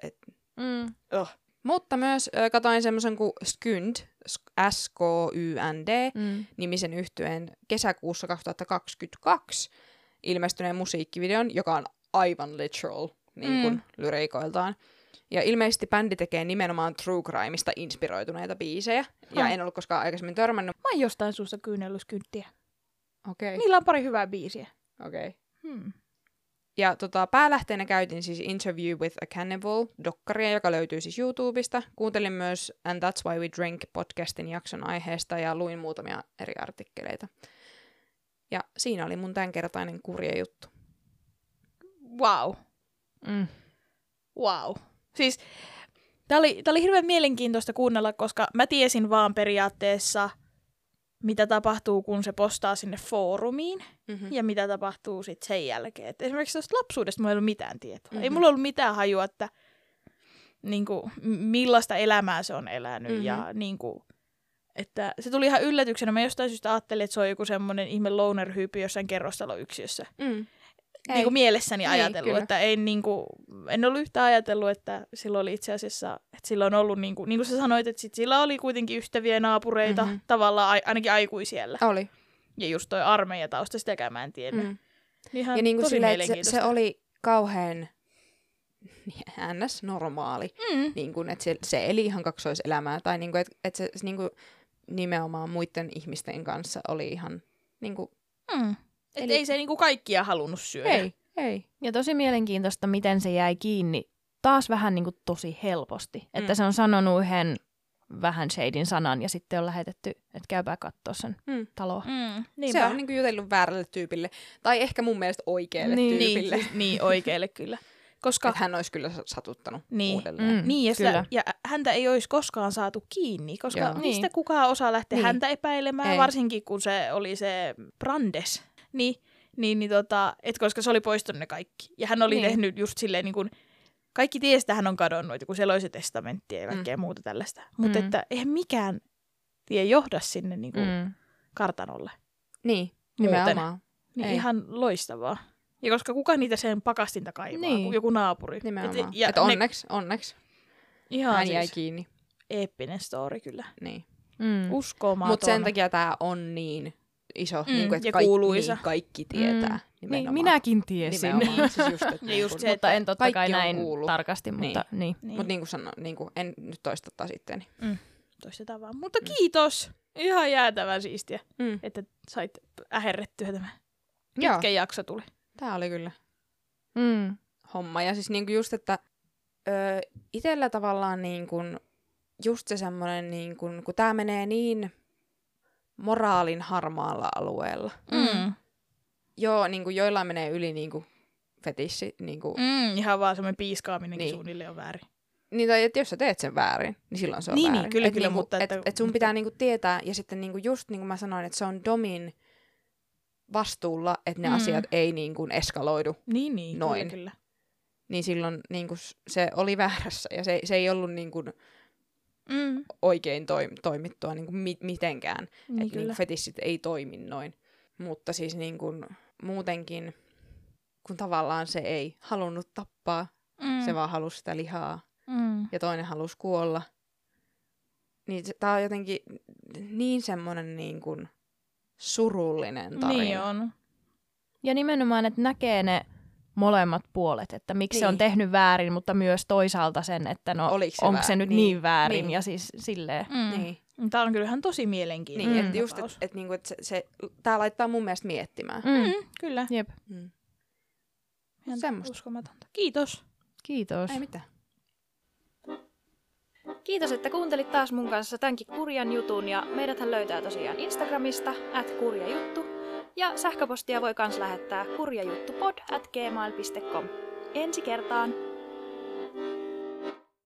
Mutta myös katoin semmoisen kuin Skynd, SKYND, nimisen yhtyeen kesäkuussa 2022 ilmestyneen musiikkivideon, joka on aivan literal niin kuin lyriikoiltaan. Ja ilmeisesti bändi tekee nimenomaan true crimeista inspiroituneita biisejä. Ja en ollut koskaan aikaisemmin törmännyt. Mä oon jostain suusta kyynellyt Skyndiä. Okei. Niillä on pari hyvää biisiä. Okei. Ja päälähteenä käytin siis Interview with a Cannibal-dokkaria, joka löytyy siis YouTubesta. Kuuntelin myös And That's Why We Drink podcastin jakson aiheesta ja luin muutamia eri artikkeleita. Ja siinä oli mun tämänkertainen kurja juttu. Wow. Wow. Siis tää oli hirveän mielenkiintoista kuunnella, koska mä tiesin vaan periaatteessa, mitä tapahtuu, kun se postaa sinne foorumiin ja mitä tapahtuu sitten sen jälkeen. Et esimerkiksi tuosta lapsuudesta mulla ei ollut mitään tietoa. Ei mulla ollut mitään hajua, että niinku, millaista elämää se on elänyt ja niinku, että se tuli ihan yllätyksenä. Mä jostain syystä ajattelin, että se on joku semmoinen ihme loner-hyypi jossain kerrostaloyksiössä. Niin kuin mielessäni ajatellut, että en ollut yhtään ajatellut, että sillä oli itse asiassa, että sillä on ollut, niin kuin sä sanoit, että sillä oli kuitenkin ystäviä naapureita, tavallaan ainakin aikuisiellä. Oli. Ja just toi armeijatausta, sitäkään mä en tiennyt. Ihan ja niin kuin tosi mielenkiintoista. Se oli kauhean NS-normaali, niin kuin, että se eli ihan kaksoiselämää, tai niin kuin, että se niin kuin, nimenomaan muiden ihmisten kanssa oli ihan niin kuin, Että ei se niinku kaikkia halunnut syödä. Ei. Ja tosi mielenkiintoista, miten se jäi kiinni taas vähän niinku tosi helposti. Että se on sanonut yhden vähän shadin sanan ja sitten on lähetetty, että käypää katsoa sen taloa. Se on niinku jutellut väärälle tyypille. Tai ehkä mun mielestä oikealle tyypille. Niin, oikealle kyllä. Koska että hän olisi kyllä satuttanut uudelleen. Ja häntä ei olisi koskaan saatu kiinni, koska mistä kukaan osaa lähteä häntä epäilemään, varsinkin kun se oli se Brandes. Et koska se oli poistunut ne kaikki. Ja hän oli tehnyt just silleen, niin kuin, kaikki tiesi, että hän on kadonnut, kun siellä oli se testamentti ja kaikkea muuta tällaista. Mutta että eihän mikään tie johda sinne niin kuin kartanolle. Niin, Muuten. nimenomaan. Niin Ei. ihan loistavaa. Ja koska kuka niitä sen pakastinta kaivaa, Niin. kuin joku naapuri. Nimenomaan. ja Että ne- onneksi. Ihan Hän jäi siis kiinni. eeppinen story kyllä. Niin. Uskomaton. Mutta sen takia tämä on niin iso, niin kuin, että ja kuuluisa. niin kaikki tietää. Niin, Nimenomaan. minäkin tiesin. Nimenomaan. Siis just, että Ja just niin se, kun- Mutta en totta kai kaikki on näin kuullut. tarkasti, mutta niin. Mutta niin kuin sanoin, niin kuin, en nyt toista taas itteeni. Toistetaan vaan. Mutta kiitos. Ihan jäätävän siistiä, Mm. että sait äherrettyä tämä. Joo, Pitkä jakso tuli. tämä oli kyllä Mm. homma. Ja siis niin kuin just, että itsellä tavallaan niin kuin, just se semmoinen, niin kuin, kun tämä menee niin moraalin harmaalla alueella. Joo, niin kuin joillain menee yli niin kuin fetissi. Niin, kuin, Ihan vaan semmoinen piiskaaminenkin Niin. suunnilleen on väärin. niin tai että jos sä teet sen väärin, niin silloin se on Niin, väärin. kyllä, Et kyllä, niinku, mutta että- et sun pitää niinku tietää, ja sitten niinku just niin kuin mä sanoin, että se on Domin vastuulla, että ne asiat ei niinku eskaloidu. Niin, Noin. kyllä. Niin silloin niinku se oli väärässä, ja se ei ollut niinku oikein toimittua niinku mitenkään. Niin, Että kyllä. niinku fetissit ei toimi noin. Mutta siis niinku muutenkin, kun tavallaan se ei halunnut tappaa, se vaan halusi sitä lihaa, ja toinen halusi kuolla. Niin tää on jotenkin niin semmonen niin kuin surullinen tarina. Niin on. Ja nimenomaan, että näkee ne molemmat puolet, että miksi se on Niin. tehnyt väärin, mutta myös toisaalta sen, että no Oliko se onko se nyt niin väärin Niin. ja siis silleen. Niin, Tämä on kyllähän tosi mielenkiintoinen. niin että just, tapaus. että niinku, et tää laittaa mun mielestä miettimään. Kyllä. Jep. Ihan Semmosta. uskomatonta. Kiitos. Kiitos. Ei mitään. Kiitos, että kuuntelit taas mun kanssa tämänkin kurjan jutun ja meidäthän löytää tosiaan Instagramista @kurjajuttu ja sähköpostia voi kans lähettää kurjajuttupod@gmail.com. Ensi kertaan!